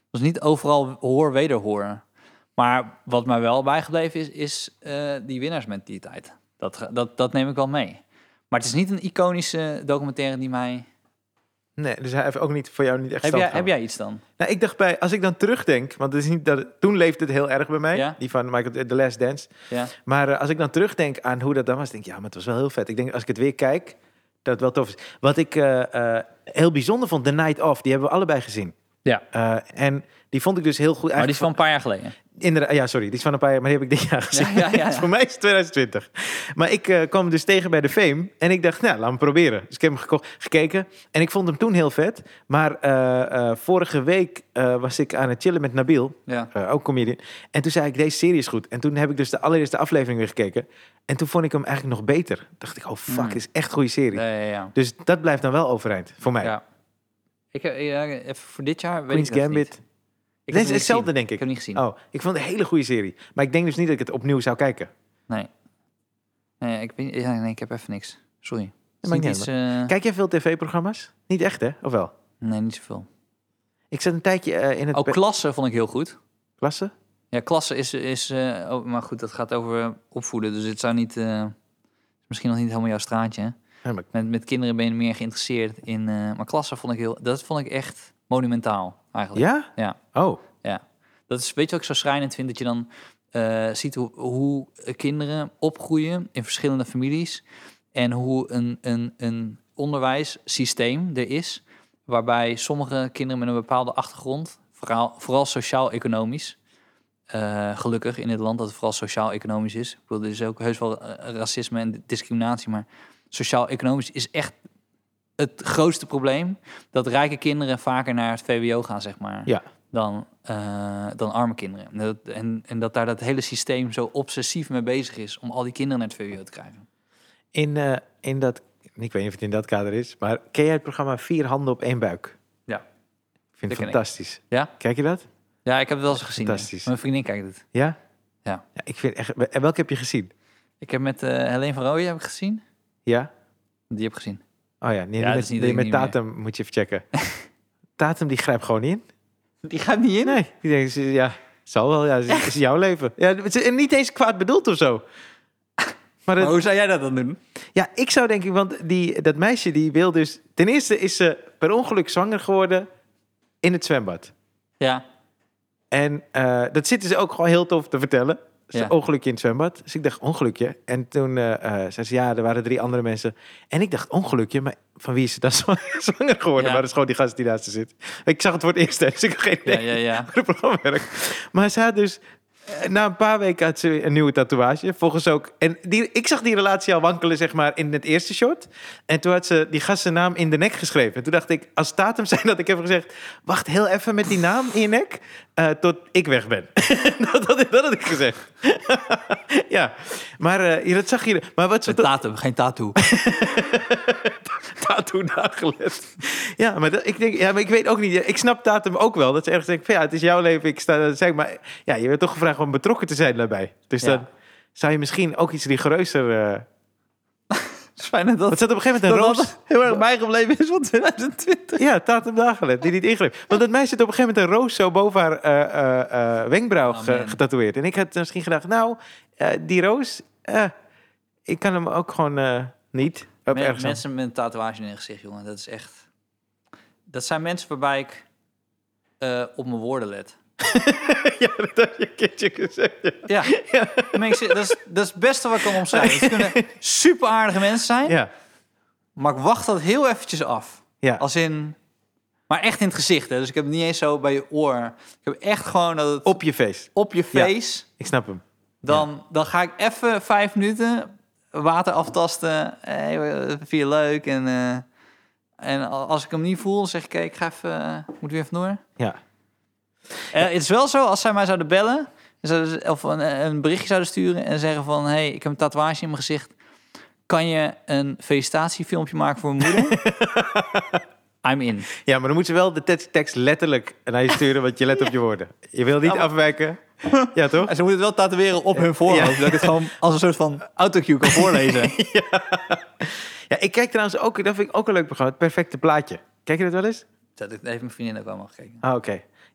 Dus niet overal hoor wederhoor. Maar wat mij wel bijgebleven is, is uh, die winnaarsmentaliteit. Dat, dat, dat neem ik wel mee. Maar het is niet een iconische documentaire die mij... Nee, dus hij heeft ook niet voor jou niet echt heb jij, heb jij iets dan? Nou, ik dacht bij, als ik dan terugdenk, want het is niet dat het, toen leefde het heel erg bij mij, ja? Die van Michael, The Last Dance. Ja. Maar uh, als ik dan terugdenk aan hoe dat dan was, denk ik, ja, maar het was wel heel vet. Ik denk, als ik het weer kijk, dat het wel tof is. Wat ik uh, uh, heel bijzonder vond, The Night Of, die hebben we allebei gezien. Ja. Uh, en die vond ik dus heel goed. Maar die is van een paar jaar geleden. Inderdaad, ja, sorry, die is van een paar jaar, maar die heb ik dit jaar gezien. Ja, ja, ja, ja. Voor mij is het twintig twintig. Maar ik uh, kwam dus tegen bij de Fame en ik dacht, nou, laat me proberen. Dus ik heb hem geko- gekeken en ik vond hem toen heel vet. Maar uh, uh, vorige week uh, was ik aan het chillen met Nabil, ja. uh, ook comedian. En toen zei ik, deze serie is goed. En toen heb ik dus de allereerste aflevering weer gekeken. En toen vond ik hem eigenlijk nog beter. Toen dacht ik, oh fuck, mm. is echt een goede serie. Ja, ja, ja. Dus dat blijft dan wel overeind, voor mij. Ja. Ik, ja, even voor dit jaar weet Queen's ik Gambit. Niet. Ik nee, het is hetzelfde, denk ik. Ik heb het niet gezien. Oh, ik vond het een hele goede serie. Maar ik denk dus niet dat ik het opnieuw zou kijken. Nee. Nee, ik, weet, ja, nee, ik heb even niks. Sorry. Ja, niet iets, uh... Kijk jij veel tv-programma's? Niet echt, hè? Of wel? Nee, niet zoveel. Ik zat een tijdje uh, in het... Oh, Klasse vond ik heel goed. Klasse? Ja, Klasse is... is uh, oh, maar goed, dat gaat over opvoeden. Dus het zou niet... Uh, misschien nog niet helemaal jouw straatje, hè? Ja, maar... met, met kinderen ben je meer geïnteresseerd in... Uh, maar Klasse vond ik heel... Dat vond ik echt monumentaal, eigenlijk. Ja? Ja. Oh. Ja. Dat is, weet je wat ik zo schrijnend vind? Dat je dan uh, ziet hoe, hoe kinderen opgroeien in verschillende families. En hoe een, een, een onderwijssysteem er is. Waarbij sommige kinderen met een bepaalde achtergrond, vooral, vooral sociaal-economisch... Uh, gelukkig in dit land dat het vooral sociaal-economisch is. Ik bedoel, er is ook heus wel uh, racisme en discriminatie, maar sociaal-economisch is echt het grootste probleem. Dat rijke kinderen vaker naar het V W O gaan, zeg maar, ja. dan, uh, dan arme kinderen. En dat, en, en dat daar dat hele systeem zo obsessief mee bezig is om al die kinderen naar het V W O te krijgen. In, uh, in dat, ik weet niet of het in dat kader is, maar ken jij het programma Vier Handen op één Buik? Ja. Ik vind het fantastisch. Ik. Ja? Kijk je dat? Ja, ik heb het wel eens gezien. Fantastisch. Ja. Mijn vriendin kijkt het. Ja? Ja. Ja, ik vind echt... En welke heb je gezien? Ik heb met uh, Helene van Rooyen heb ik gezien. Ja? Die heb ik gezien. Oh ja, nee, ja met, die met Tatum meer. Moet je even checken. Tatum die grijpt gewoon niet in. Die gaat niet in? Nee, die denkt, ja, zal wel, ja, het is jouw leven. Ja, het is niet eens kwaad bedoeld of zo. Maar, het, maar hoe zou jij dat dan doen? Ja, ik zou denk ik, want die, dat meisje die wil dus... Ten eerste is ze per ongeluk zwanger geworden in het zwembad. Ja. En uh, dat zitten ze ook gewoon heel tof te vertellen. Dus ja. een ongelukje in het zwembad. Dus ik dacht, ongelukje. En toen uh, uh, zei ze, ja, er waren drie andere mensen. En ik dacht, ongelukje? Maar van wie is ze dan zwanger geworden? Ja. Maar dat is gewoon die gast die naast ze zit. Ik zag het voor het eerst, dus ik had geen idee ja, ja, ja. hoe het programma werkt. Maar ze had dus... Na een paar weken had ze een nieuwe tatoeage. Volgens ook... En die, ik zag die relatie al wankelen, zeg maar, in het eerste shot. En toen had ze die gast zijn naam in de nek geschreven. En toen dacht ik, als Tatum zijn dat ik heb gezegd... Wacht heel even met die naam in je nek... Uh, tot ik weg ben. dat, dat, dat had ik gezegd. ja, maar uh, dat zag je... Maar wat ze Tatum, geen tattoo. Tattoo nagelet. Ja, maar dat, ik denk, ja, maar ik weet ook niet. Ik snap Tatum ook wel. Dat ze ergens denken, ja, het is jouw leven. Ik sta, zeg maar, ja, je werd toch gevraagd om betrokken te zijn daarbij. Dus ja. Dan zou je misschien ook iets rigoureuzer. Uh... Fijn dat dat zat op een gegeven moment een roos. Heel erg bijgebleven is van twintig twintig. Ja, Tatum nagelet, die niet ingreep. Want dat meisje had op een gegeven moment een roos zo boven haar uh, uh, uh, wenkbrauw oh, ge- getatoeëerd. En ik had misschien gedacht, nou, uh, die roos, uh, ik kan hem ook gewoon uh, niet. Men, mensen met een tatoeage in hun gezicht, jongen, dat is echt... Dat zijn mensen waarbij ik uh, op mijn woorden let. ja, dat heb je een keertje gezegd. Ja, ja. ja. Dat, is, dat is het beste wat ik kan omschrijven. Het kunnen super aardige mensen zijn, ja. maar ik wacht dat heel eventjes af. Ja. Als in... Maar echt in het gezicht, hè. Dus ik heb het niet eens zo bij je oor. Ik heb echt gewoon dat het... Op je face. Op je face. Ja, ik snap hem. Dan, ja. dan ga ik even vijf minuten... water aftasten, hey, vind je leuk en uh, en als ik hem niet voel, zeg ik, ik ga even, uh, moet weer even door. Ja. Uh, het is wel zo, als zij mij zouden bellen of een, een berichtje zouden sturen en zeggen van, hey, ik heb een tatoeage in mijn gezicht, kan je een felicitatiefilmpje maken voor mijn moeder? I'm in. Ja, maar dan moet ze wel de tekst letterlijk naar je sturen, want je let op je woorden. Je wil niet ja, maar... afwijken. Ja, toch? En ze moeten het wel tatoeëren op hun voorhoofd, ja. Dat ik het gewoon als een soort van autocue kan voorlezen. ja. ja, ik kijk trouwens ook, dat vind ik ook een leuk programma, Het Perfecte Plaatje. Kijk je dat wel eens? Dat heeft mijn vriendin ook allemaal gekeken. Ah, oké. Okay.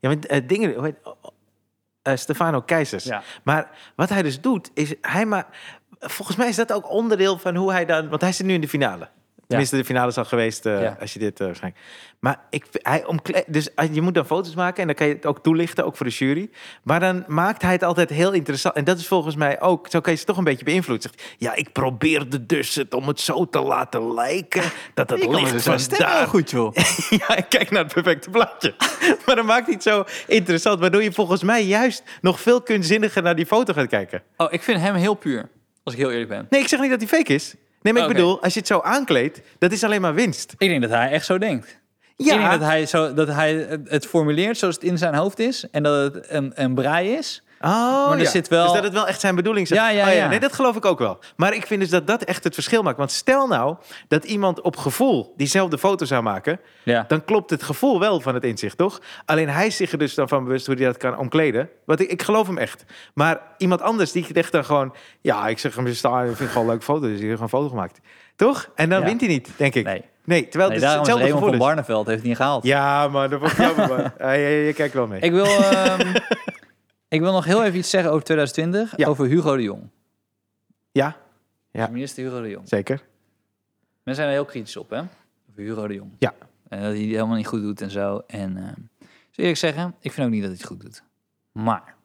Ja, met uh, dingen... Hoe heet, uh, Stefano Keizers. Ja. Maar wat hij dus doet, is... hij maar, volgens mij is dat ook onderdeel van hoe hij dan... Want hij zit nu in de finale. Tenminste, ja. de finale is al geweest uh, ja. als je dit uh, waarschijnlijk... Maar ik, hij omkle- dus je moet dan foto's maken en dan kan je het ook toelichten, ook voor de jury. Maar dan maakt hij het altijd heel interessant. En dat is volgens mij ook, zo kan je ze toch een beetje beïnvloeden. Zegt, ja, ik probeerde dus het om het zo te laten lijken dat het licht dus van daar... goed, joh. Ja, ik kijk naar het perfecte plaatje. Maar dan maakt hij het zo interessant, waardoor je volgens mij juist nog veel kunstzinniger naar die foto gaat kijken. Oh, ik vind hem heel puur, als ik heel eerlijk ben. Nee, ik zeg niet dat hij fake is. Nee, maar ik okay. bedoel, als je het zo aankleedt, dat is alleen maar winst. Ik denk dat hij echt zo denkt. Ja. Ik denk dat hij, zo, dat hij het formuleert zoals het in zijn hoofd is. En dat het een, een brei is. Oh, maar er ja. zit wel... Dus dat het wel echt zijn bedoeling is. Ja, ja, oh, ja. ja. Nee, dat geloof ik ook wel. Maar ik vind dus dat dat echt het verschil maakt. Want stel nou dat iemand op gevoel diezelfde foto zou maken... Ja. dan klopt het gevoel wel van het inzicht, toch? Alleen hij is zich er dus dan van bewust hoe hij dat kan omkleden. Want ik, ik geloof hem echt. Maar iemand anders die zegt dan gewoon... ja, ik zeg hem staan, ik vind het gewoon een leuke foto. Dus hij heeft gewoon een foto gemaakt. Toch? En dan ja. wint hij niet, denk ik. Nee. Nee, terwijl nee, het daarom hetzelfde is Raymond gevoel van Barneveld heeft het niet gehaald. Ja, maar dat vond ik jammer. Maar. Ja, je, je, je kijkt wel mee. Ik wil, um, ik wil nog heel even iets zeggen over twintig twintig. Ja. Over Hugo de Jong. Ja. ja. Minister Hugo de Jong. Zeker. Mensen zijn er heel kritisch op, hè? Over Hugo de Jong. Ja. En dat hij het helemaal niet goed doet en zo. En uh, zou eerlijk zeggen, ik vind ook niet dat hij het goed doet. Maar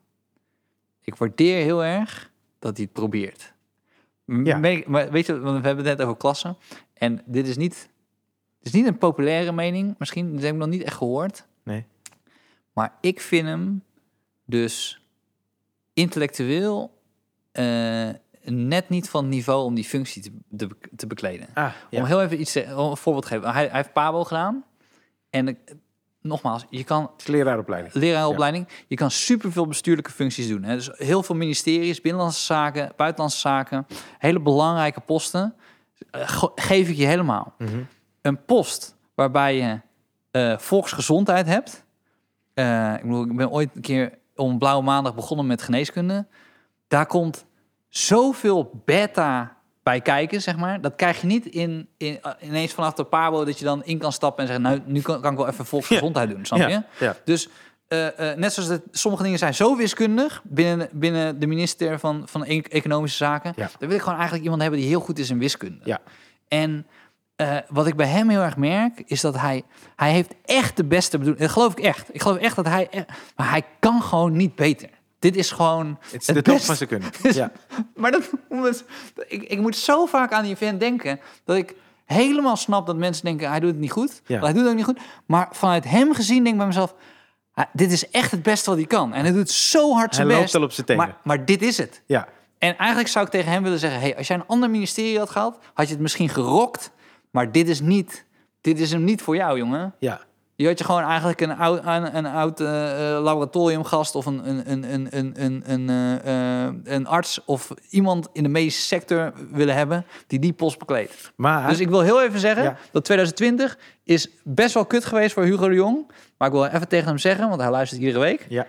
ik waardeer heel erg dat hij het probeert. Ja. Maar weet je, want we hebben het net over klassen. En dit is niet, dit is niet een populaire mening. Misschien, dat heb ik nog niet echt gehoord. Nee. Maar ik vind hem dus intellectueel uh, net niet van niveau om die functie te, te, te bekleden. Ah, ja. Om heel even iets te, om een voorbeeld te geven. Hij, hij heeft Pabo gedaan. En uh, nogmaals, je kan... Het is leraaropleiding. Leraaropleiding. Ja. Je kan superveel bestuurlijke functies doen. Hè. Dus heel veel ministeries, binnenlandse zaken, buitenlandse zaken. Hele belangrijke posten. Uh, geef ik je helemaal. Mm-hmm. Een post waarbij je uh, volksgezondheid hebt. Uh, ik bedoel, ik ben ooit een keer om Blauwe Maandag begonnen met geneeskunde. Daar komt zoveel beta bij kijken, zeg maar. Dat krijg je niet in, in, uh, ineens vanaf de Pabo dat je dan in kan stappen en zeggen, nou, nu kan, kan ik wel even volksgezondheid ja. doen, snap je? Ja. Ja. Dus uh, uh, net zoals het, sommige dingen zijn zo wiskundig binnen, binnen de minister van, van e- Economische Zaken. Ja. Dan wil ik gewoon eigenlijk iemand hebben die heel goed is in wiskunde. Ja. En uh, wat ik bij hem heel erg merk, is dat hij, hij heeft echt de beste bedoeling. Dat geloof ik echt. Ik geloof echt dat hij, echt, maar hij kan gewoon niet beter. Dit is gewoon... Het is de top van zijn kunnen. Ja. Maar dat, ik, ik moet zo vaak aan die event denken, dat ik helemaal snap dat mensen denken, hij doet het niet goed. Ja. Hij doet het ook niet goed. Maar vanuit hem gezien denk ik bij mezelf, dit is echt het beste wat hij kan. En hij doet zo hard zijn hij best. Hij loopt al op zijn tenen. Maar, maar dit is het. Ja. En eigenlijk zou ik tegen hem willen zeggen, hey, als jij een ander ministerie had gehad, had je het misschien gerokt. Maar dit is niet, dit is hem niet voor jou, jongen. Ja. Je had je gewoon eigenlijk een oud, een, een oud uh, laboratoriumgast of een, een, een, een, een, een, uh, een arts of iemand in de medische sector willen hebben die die post bekleedt. Maar, dus ik wil heel even zeggen ja. dat twintig twintig is best wel kut geweest voor Hugo de Jong. Maar ik wil even tegen hem zeggen, want hij luistert iedere week. Ja.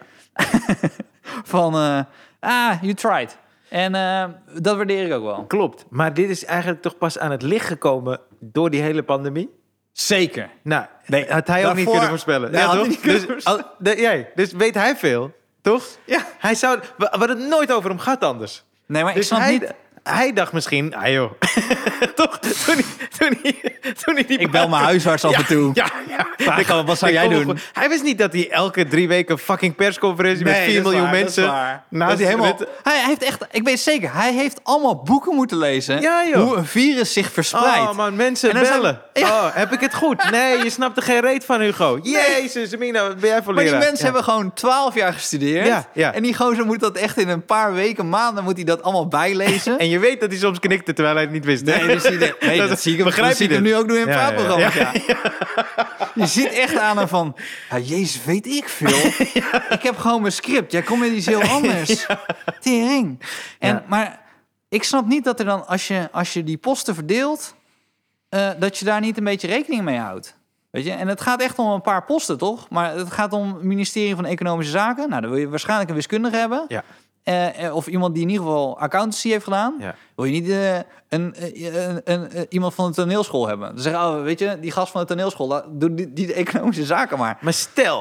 van, uh, ah, you tried. En uh, dat waardeer ik ook wel. Klopt, maar dit is eigenlijk toch pas aan het licht gekomen door die hele pandemie? Zeker. Nou, nee, had hij ook niet kunnen voorspellen. Ja, toch? Niet dus, kunnen al, de, jij, dus weet hij veel, toch? Ja. Hij zou, we hadden het nooit over hem gehad anders. Nee, maar dus ik snap hij, niet... Hij dacht misschien, ah joh, toch? Toen hij, toen hij, toen hij die ik bel mijn huisarts af en toe. Ja, ja. Vraag ik, wat zou jij doen? Goed. Hij wist niet dat hij elke drie weken fucking persconferentie nee, met vier miljoen waar, mensen... Naast hij, helemaal, met... hij heeft echt, ik weet zeker, hij heeft allemaal boeken moeten lezen. Ja, joh. Hoe een virus zich verspreidt. Oh man, mensen bellen. Zijn, ja. Oh, heb ik het goed? Nee, je snapt er geen reet van, Hugo. Jezus, Mina, wat ben jij voor leraar? Maar die mensen ja. hebben gewoon twaalf jaar gestudeerd. Ja, ja. En die gozer moet dat echt in een paar weken, maanden moet hij dat allemaal bijlezen. En je weet dat hij soms knikte terwijl hij het niet wist. Nee, dus die, nee dat, dat zie ik hem, begrijp dat je zie ik hem nu ook doen in praatprogramma's. Ja, ja, ja. Ja. Je ziet echt aan hem van, ja, jezus, weet ik veel. Ja. Ik heb gewoon mijn script. Jij komt met iets heel anders. Ja. Tering. En, ja. Maar ik snap niet dat er dan, als je, als je die posten verdeelt, uh, dat je daar niet een beetje rekening mee houdt. Weet je? En het gaat echt om een paar posten, toch? Maar het gaat om het ministerie van Economische Zaken. Nou, dan wil je waarschijnlijk een wiskundige hebben. Ja. Uh, of iemand die in ieder geval accountancy heeft gedaan. Ja. Wil je niet uh, een, uh, een, een, uh, iemand van de toneelschool hebben? Dan zeggen, oh, weet je, die gast van de toneelschool, doe die, die de economische zaken maar. Maar stel,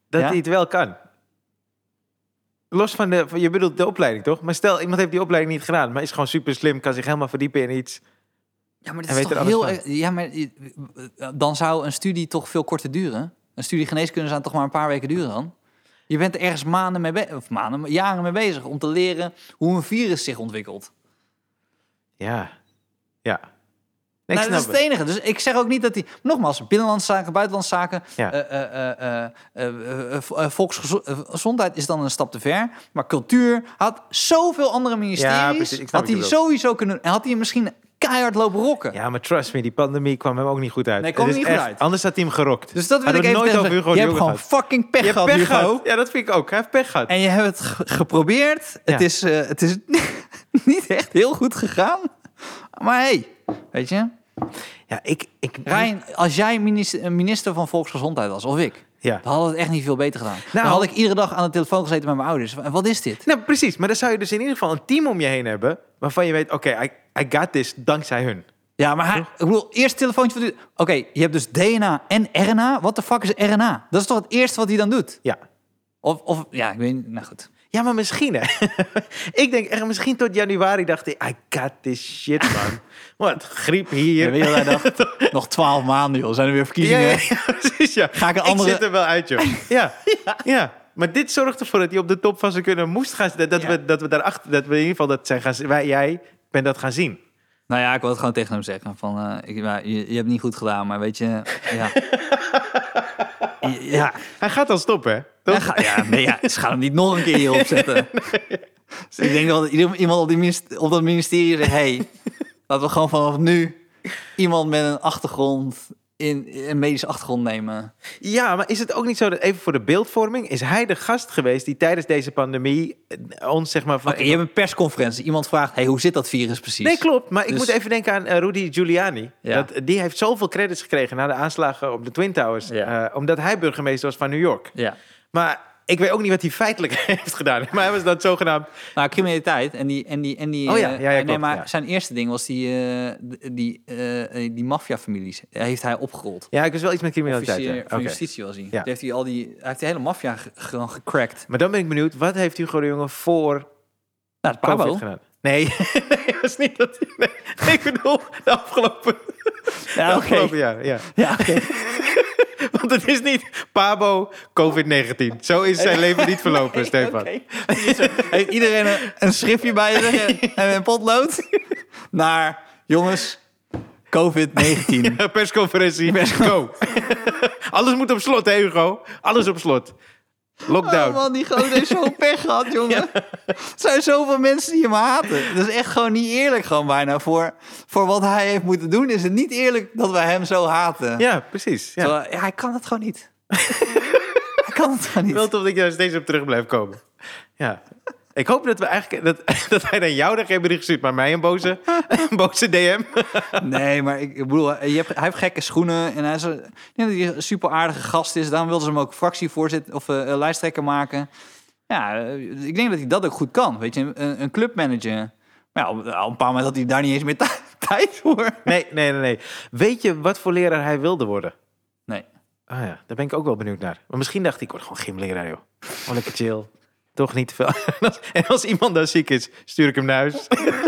dat Ja? hij het wel kan. Los van de, van, je bedoelt de opleiding, toch? Maar stel, iemand heeft die opleiding niet gedaan, maar is gewoon super slim, kan zich helemaal verdiepen in iets. Ja, maar En dat is weet er toch alles heel... van. Ja, maar dan zou een studie toch veel korter duren. Een studie geneeskunde zou toch maar een paar weken duren dan? Je bent er ergens maanden mee bezig, of maanden, jaren mee bezig om te leren hoe een virus zich ontwikkelt. Ja, ja. Nee, ik Nou, dat is snap het enige. Dus ik zeg ook niet dat hij... Nogmaals, binnenlandse zaken, buitenlandse zaken... Ja. eh, eh, eh, eh, eh, eh, eh, volksgezondheid is dan een stap te ver. Maar cultuur had zoveel andere Ja, ministeries. precies. Ik snap Had wat hij je bedoelt. sowieso kunnen... En had hij misschien keihard lopen rokken. Ja, maar trust me, die pandemie kwam hem ook niet goed uit. Nee, kwam Het niet is goed echt- uit. Anders had hij hem gerokt. Dus dat wil Hadden ik we even nooit tegen over zeggen. Hugo Je de hebt Jonge gewoon gehad. fucking pech Je hebt gehad, pech Hugo. gehad. Ja, dat vind ik ook. Hij heeft pech gehad. En je hebt het ge- geprobeerd. Ja. Het is, uh, het is niet echt heel goed gegaan. Maar hey, weet je... Ja, ik... ik Ryan, als jij minister, minister van Volksgezondheid was, of ik... Ja. dan hadden we het echt niet veel beter gedaan. Nou- dan had ik iedere dag aan de telefoon gezeten met mijn ouders. En wat is dit? Nou, precies. Maar dan zou je dus in ieder geval een team om je heen hebben... waarvan je weet, oké, I, I got this dankzij hun. Ja, maar hij, ik bedoel, eerst telefoontje van... Oké, je hebt dus D N A en R N A. Wat de fuck is R N A? Dat is toch het eerste wat hij dan doet? Ja. Of, of ja, ik weet niet. Nou goed. Ja, maar misschien, hè. Ik denk echt, misschien tot januari dacht ik... I got this shit, man. Wat, griep hier. Ja, weet je wat hij dacht? Nog twaalf maanden, joh. Zijn er weer Ja, verkiezingen? ja, ja, precies, ja. Ga ik een andere- Ik zit er wel uit, joh. Ja, ja. Maar dit zorgt ervoor dat hij op de top van zijn kunnen moest gaan... Dat, dat, Ja. we, dat we daarachter... Dat we in ieder geval dat zijn gaan... Wij, jij bent dat gaan zien. Nou ja, ik wil het gewoon tegen hem zeggen. Van, uh, ik, ja, je, je hebt het niet goed gedaan, maar weet je... Ja, ja. Hij gaat dan stoppen, hè? Toch? Ja, ga- ja, nee, ja, ze gaan hem niet nog een keer hierop zetten. Dus ik denk wel dat ieder- iemand op, die minist- op dat ministerie zegt... hey, laten we gewoon vanaf nu iemand met een achtergrond... in een medische achtergrond nemen. Ja, maar is het ook niet zo dat even voor de beeldvorming... is hij de gast geweest die tijdens deze pandemie... eh, ons zeg maar... Van... Oké, je hebt een persconferentie. Iemand vraagt, hey, hoe zit dat virus precies? Nee, klopt. Maar ik Dus- moet even denken aan eh, Rudy Giuliani. Ja. Dat, die heeft zoveel credits gekregen na de aanslagen op de Twin Towers. Ja. eh, omdat hij burgemeester was van New York. Ja. Maar ik weet ook niet wat hij feitelijk heeft gedaan. Maar hij was dat zogenaamd... Nou, criminaliteit en die... En die, en die Oh ja, eh, ja, ja, nee, klopt, maar ja. zijn eerste ding was die, uh, die, uh, die maffiafamilies. Heeft hij opgerold. Ja, ik was wel iets met criminaliteit. Officier Ja. van Oké. justitie was hij. Ja. Die heeft hij, al die, hij heeft de hele maffia ge- gewoon gecrackt. Maar dan ben ik benieuwd, wat heeft Hugo de Jonge voor Nou, het COVID Pabo. gedaan? Nee, nee, dat is niet dat... Nee, ik bedoel, de afgelopen, Ja, de oké. afgelopen jaar. Ja. Ja, oké. Want het is niet Pabo COVID negentien. Zo is zijn leven niet verlopen, Stefan. Oké. Heeft iedereen een, een schriftje bij zich en een potlood? Naar, jongens, covid negentien. Persconferentie, go. Alles moet op slot, hè, Hugo? Alles op slot. Lockdown. Oh man, die gozer heeft zo'n pech gehad, jongen. Er zijn zoveel mensen die hem haten. Dat is echt gewoon niet eerlijk, gewoon bijna. Voor, voor wat hij heeft moeten doen, is het niet eerlijk dat wij hem zo haten. Ja, precies. Ja. Terwijl, ja, hij kan het gewoon niet. Hij kan het gewoon niet. Wel tof dat ik daar steeds op terug blijf komen. Ja. Ik hoop dat we eigenlijk dat, dat hij dan jou daar geen bericht stuurt, maar mij een boze, een boze D M. Nee, maar ik bedoel, je hebt, hij heeft gekke schoenen en hij is een, ik denk dat hij een super aardige gast is. Daarom wilden ze hem ook fractievoorzitter of uh, lijsttrekker maken. Ja, uh, ik denk dat hij dat ook goed kan. Weet je, een, een clubmanager. Maar ja, op, op een paar moment had hij daar niet eens meer t- tijd voor. Nee, nee, nee, nee. Weet je wat voor leraar hij wilde worden? Nee. Ah ja, daar ben ik ook wel benieuwd naar. Maar misschien dacht ik, ik word gewoon gymleraar, joh. Gewoon lekker chill. Toch niet te veel. En als, en als iemand dan ziek is, stuur ik hem naar huis.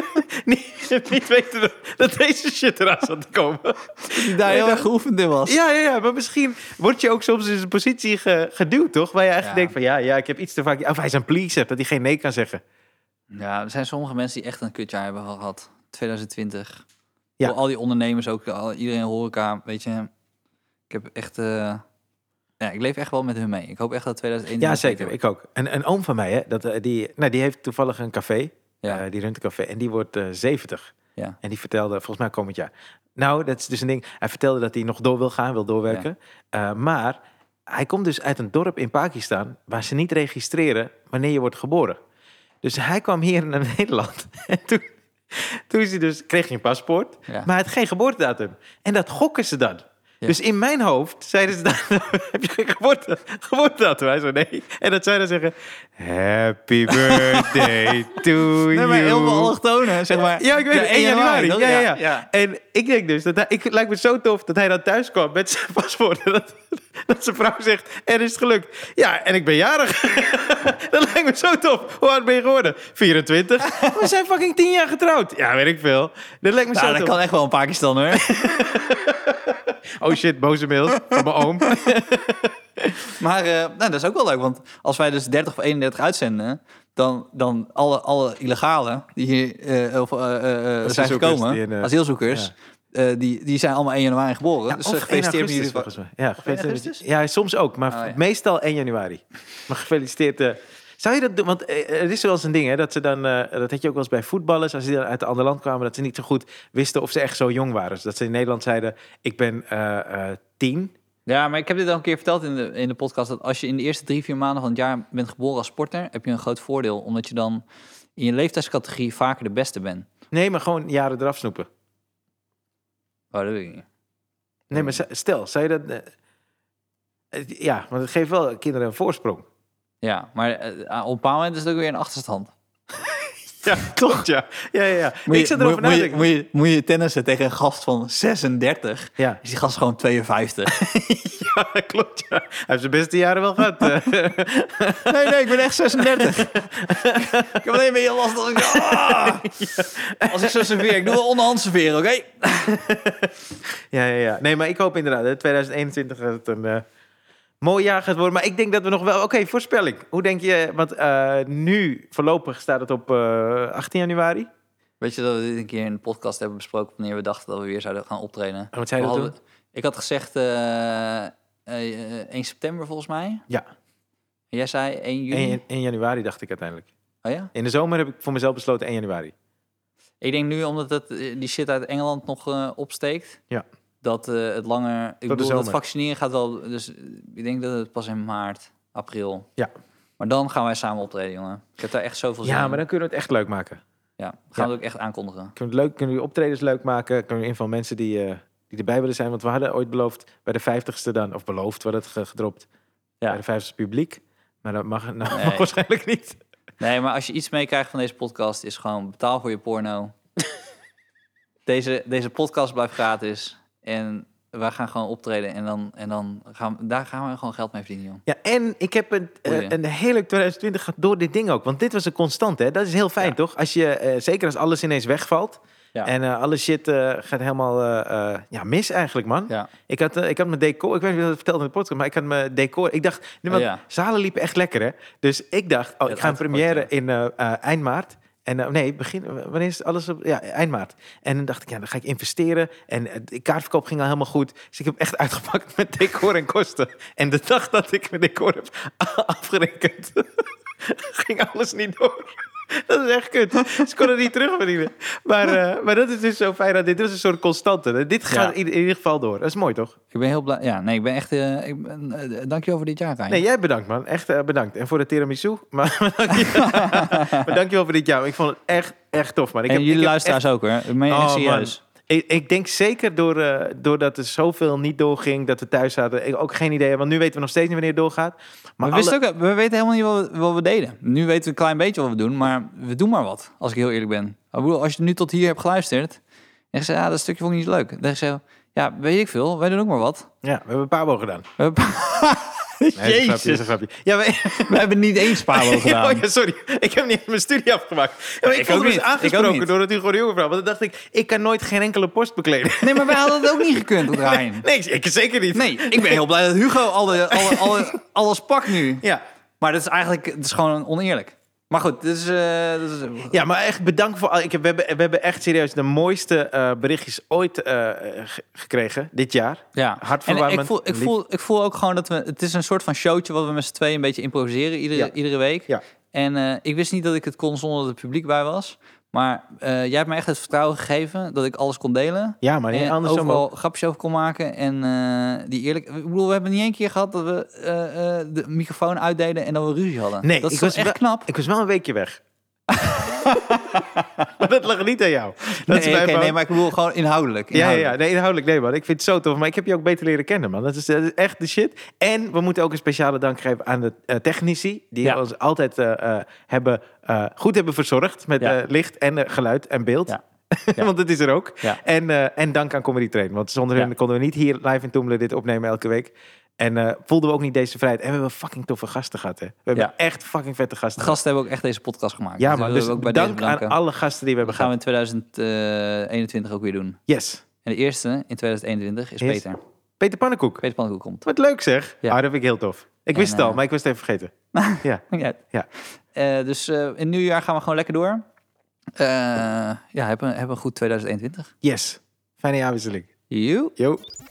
niet, niet weten dat, dat deze shit eraan zat te komen. Die daar heel erg geoefend in was. Ja, ja, ja, maar misschien word je ook soms in zijn positie ge, geduwd, toch? Waar je eigenlijk Ja. denkt van, ja, ja, ik heb iets te vaak... Of hij is een pleaser, dat hij geen nee kan zeggen. Ja, er zijn sommige mensen die echt een kutjaar hebben gehad. twintig twintig. Ja. Voor al die ondernemers ook, al, iedereen horeca, weet je. Ik heb echt... Uh, ja, ik leef echt wel met hun mee. Ik hoop echt dat twintig eenentwintig... Ja, zeker. Ik ook. En een oom van mij, hè, dat, eh, die, nou, die heeft toevallig een café. Ja. Uh, die runt een café. En die wordt uh, zeventig. Ja. En die vertelde, volgens mij komend jaar. Nou, dat is dus een ding. Hij vertelde dat hij nog door wil gaan, wil doorwerken. Ja. Uh, maar hij komt dus uit een dorp in Pakistan waar ze niet registreren wanneer je wordt geboren. Dus hij kwam hier naar Nederland. En toen, toen is hij dus, kreeg hij een paspoort, Ja. maar hij had geen geboortedatum. En dat gokken ze dan. Ja. Dus in mijn hoofd zeiden ze dan, heb je geen geboorte, geboortedatum? Hij zo, nee. En dat zij dan zeggen, happy birthday to you. Nee, maar heel veel allochtonen, zeg maar. Ja, ik weet het, Ja, één januari. toch? Ja, ja, ja. ja. En ik denk dus, dat hij, ik, het lijkt me zo tof dat hij dan thuis kwam met zijn paspoort. Dat, Dat zijn vrouw zegt, er is het gelukt. Ja, en ik ben jarig. Dat lijkt me zo tof. Hoe oud ben je geworden? vierentwintig. We zijn fucking tien jaar getrouwd. Ja, weet ik veel. Dat lijkt me nou, zo dat tof. kan echt wel een Pakistan, hoor. Oh shit, boze mails van mijn oom. Maar uh, nou, dat is ook wel leuk, want als wij dus dertig of eenendertig uitzenden, dan, dan alle, alle illegalen die hier uh, of, uh, uh, zijn gekomen, in, uh, asielzoekers, ja. uh, die, die zijn allemaal één januari geboren. Ja, dus uh, gefeliciteerd met jullie. Volgens mij. Ja, gefeliciteerd. Ja, soms ook, maar oh, ja. meestal één januari. Maar gefeliciteerd. Uh, zou je dat doen? Want uh, er is wel eens een ding, hè, dat ze dan, uh, dat had je ook wel eens bij voetballers, als die dan uit een ander land kwamen, dat ze niet zo goed wisten of ze echt zo jong waren. Dus dat ze in Nederland zeiden, ik ben uh, uh, tien. Ja, maar ik heb dit al een keer verteld in de, in de podcast, dat als je in de eerste drie, vier maanden van het jaar bent geboren als sporter, heb je een groot voordeel, omdat je dan in je leeftijdscategorie vaker de beste bent. Nee, maar gewoon jaren eraf snoepen. Oh, dat weet ik niet. Nee, maar stel, zou je dat... Uh, ja, want het geeft wel kinderen een voorsprong. Ja, maar uh, op een bepaald moment is het ook weer een achterstand. Ja, klopt, ja. ja, ja, ja. Moet je, ik zat erover moet, nadenken. Moet je, moet je tennissen tegen een gast van zesendertig? Ja. Is die gast gewoon tweeënvijftig? Ja, klopt, ja. Hij heeft zijn beste jaren wel gehad. nee, nee, ik ben echt zesendertig. Ik heb alleen een beetje last als ik... Ah! Ja. Als ik zo serveer, ik doe wel onderhand serveren, oké? Okay? ja, ja, ja. Nee, maar ik hoop inderdaad, twintig eenentwintig gaat het een... Uh... mooi jaar gaat worden, maar ik denk dat we nog wel... Oké, okay, voorspelling. Hoe denk je... Want uh, nu, voorlopig staat het op uh, achttien januari. Weet je dat we dit een keer in de podcast hebben besproken, wanneer we dachten dat we weer zouden gaan optreden? En wat zei je dat toen? Ik had gezegd uh, uh, één september volgens mij. Ja. En jij zei één juni? één januari dacht ik uiteindelijk. Oh ja? In de zomer heb ik voor mezelf besloten één januari. Ik denk nu, omdat het, die shit uit Engeland nog uh, opsteekt... Ja. Dat uh, het langer... Ik Tot bedoel, het vaccineren gaat wel... Dus ik denk dat het pas in maart, april... Ja. Maar dan gaan wij samen optreden, jongen. Ik heb daar echt zoveel zin in. Ja, maar dan kunnen we het echt leuk maken. Ja, gaan ja. we het ook echt aankondigen. Kunnen we, het leuk, kunnen we optredens leuk maken? Kunnen we in van mensen die, uh, die erbij willen zijn? Want we hadden ooit beloofd bij de vijftigste dan... Of beloofd, we hadden het gedropt. Ja. Bij de vijftigste publiek. Maar dat mag, nou, nee. mag waarschijnlijk niet. Nee, maar als je iets meekrijgt van deze podcast... is gewoon betaal voor je porno. deze, deze podcast blijft gratis... En wij gaan gewoon optreden en dan, en dan gaan we, daar gaan we gewoon geld mee verdienen, joh. Ja, en ik heb een, uh, een hele twintig twintig gehad door dit ding ook. Want dit was een constant, hè. Dat is heel fijn, ja. toch? Als je, uh, zeker als alles ineens wegvalt. Ja. En uh, alle shit uh, gaat helemaal uh, uh, ja, mis eigenlijk, man. Ja. Ik, had, uh, ik had mijn decor, ik weet niet of je dat vertelde in de podcast, maar ik had mijn decor. Ik dacht, nu, want oh, ja. zalen liepen echt lekker, hè. Dus ik dacht, oh, ja, ik ga een première in uh, uh, eind maart. En uh, nee, begin, wanneer is alles op? Ja, eind maart. En dan dacht ik, ja, dan ga ik investeren. En uh, de kaartverkoop ging al helemaal goed. Dus ik heb echt uitgepakt met decor en kosten. En de dag dat ik mijn decor heb afgerekend, ging alles niet door. Dat is echt kut. Ze konden niet terugverdienen. Maar, uh, maar dat is dus zo fijn. Dat dit is een soort constante. Dit gaat ja. in, in ieder geval door. Dat is mooi, toch? Ik ben heel blij. Ja, nee, ik ben echt... Uh, ik ben, uh, dankjewel voor dit jaar, Rijn. Nee, jij bedankt, man. Echt uh, bedankt. En voor de tiramisu. Maar, maar, dankjewel. maar dankjewel voor dit jaar. Ik vond het echt, echt tof, man. Ik en heb, jullie ik luisteraars echt... ook, hoor. Ik meen oh, echt serieus. Ik, ik denk zeker door, uh, doordat er zoveel niet doorging, dat we thuis hadden. Ik ook geen idee, want nu weten we nog steeds niet wanneer het doorgaat. Maar, maar we, alle... wisten ook, we weten helemaal niet wat we, wat we deden. Nu weten we een klein beetje wat we doen, maar we doen maar wat, als ik heel eerlijk ben. Als je nu tot hier hebt geluisterd, en je zegt, ja, dat stukje vond ik niet zo leuk. Dan zeg je, ja, weet ik veel, wij doen ook maar wat. Ja, we hebben een paar woorden gedaan. We hebben Nee, Jezus. Een grapje, een grapje. Ja, we... we hebben niet eens Pabo gedaan. Oh, ja, sorry, ik heb niet mijn studie afgemaakt. Ja, maar ik, ik vond me dus aangesproken door het Hugo de Jonge verhaal. Want dan dacht ik, ik kan nooit geen enkele post bekleden. Nee, maar wij hadden het ook niet gekund, Rijn. Nee, nee, ik zeker niet. Nee, ik ben heel blij dat Hugo alle, alle, alle, alles pakt nu. Ja. Maar dat is eigenlijk dat is gewoon oneerlijk. Maar goed, dus, uh, dus... Ja, maar echt bedankt voor... Ik heb, we, hebben, we hebben echt serieus de mooiste uh, berichtjes ooit uh, g- gekregen dit jaar. Ja, hartverwarmend. En ik voel, ik, voel, ik voel ook gewoon dat we... Het is een soort van showtje wat we met z'n tweeën een beetje improviseren iedere, ja. iedere week. Ja. En uh, ik wist niet dat ik het kon zonder dat het publiek bij was. Maar uh, jij hebt me echt het vertrouwen gegeven dat ik alles kon delen. Ja, maar niet anders overal grapjes over kon maken. En uh, die eerlijk... Ik bedoel, we hebben niet één keer gehad dat we uh, uh, de microfoon uitdeden en dat we ruzie hadden. Nee, dat ik was was echt wel, knap. Ik was wel een weekje weg. Maar dat lag niet aan jou. Dat nee, okay, nee, maar ik bedoel gewoon inhoudelijk. inhoudelijk. Ja, ja, nee, inhoudelijk. Nee, man. Ik vind het zo tof. Maar ik heb je ook beter leren kennen, man. Dat is, dat is echt de shit. En we moeten ook een speciale dank geven aan de uh, technici. Die ja. ons altijd uh, uh, hebben, uh, goed hebben verzorgd. Met ja. uh, licht en uh, geluid en beeld. Ja. Ja. Want het is er ook. Ja. En, uh, en dank aan Comedy Train. Want zonder ja. hen konden we niet hier live in Toemelen dit opnemen elke week. En uh, voelden we ook niet deze vrijheid. En we hebben fucking toffe gasten gehad, hè. We hebben ja. echt fucking vette gasten. De gasten hebben ook echt deze podcast gemaakt. Ja, man. Dus ook bij dank aan alle gasten die we hebben gehad. Dat gaan gehad. we in tweeduizend eenentwintig ook weer doen. Yes. En de eerste in tweeduizend eenentwintig is yes. Peter. Peter Pannenkoek. Peter Pannenkoek komt. Wat leuk zeg. Ja. Ah, dat vind ik heel tof. Ik wist en, het al, uh, maar ik was het even vergeten. ja. ja. ja. Uh, dus uh, in het nieuwjaar gaan we gewoon lekker door. Uh, ja, hebben, hebben een goed tweeduizend eenentwintig. Yes. Fijne jaarwisseling. Joe. Yo.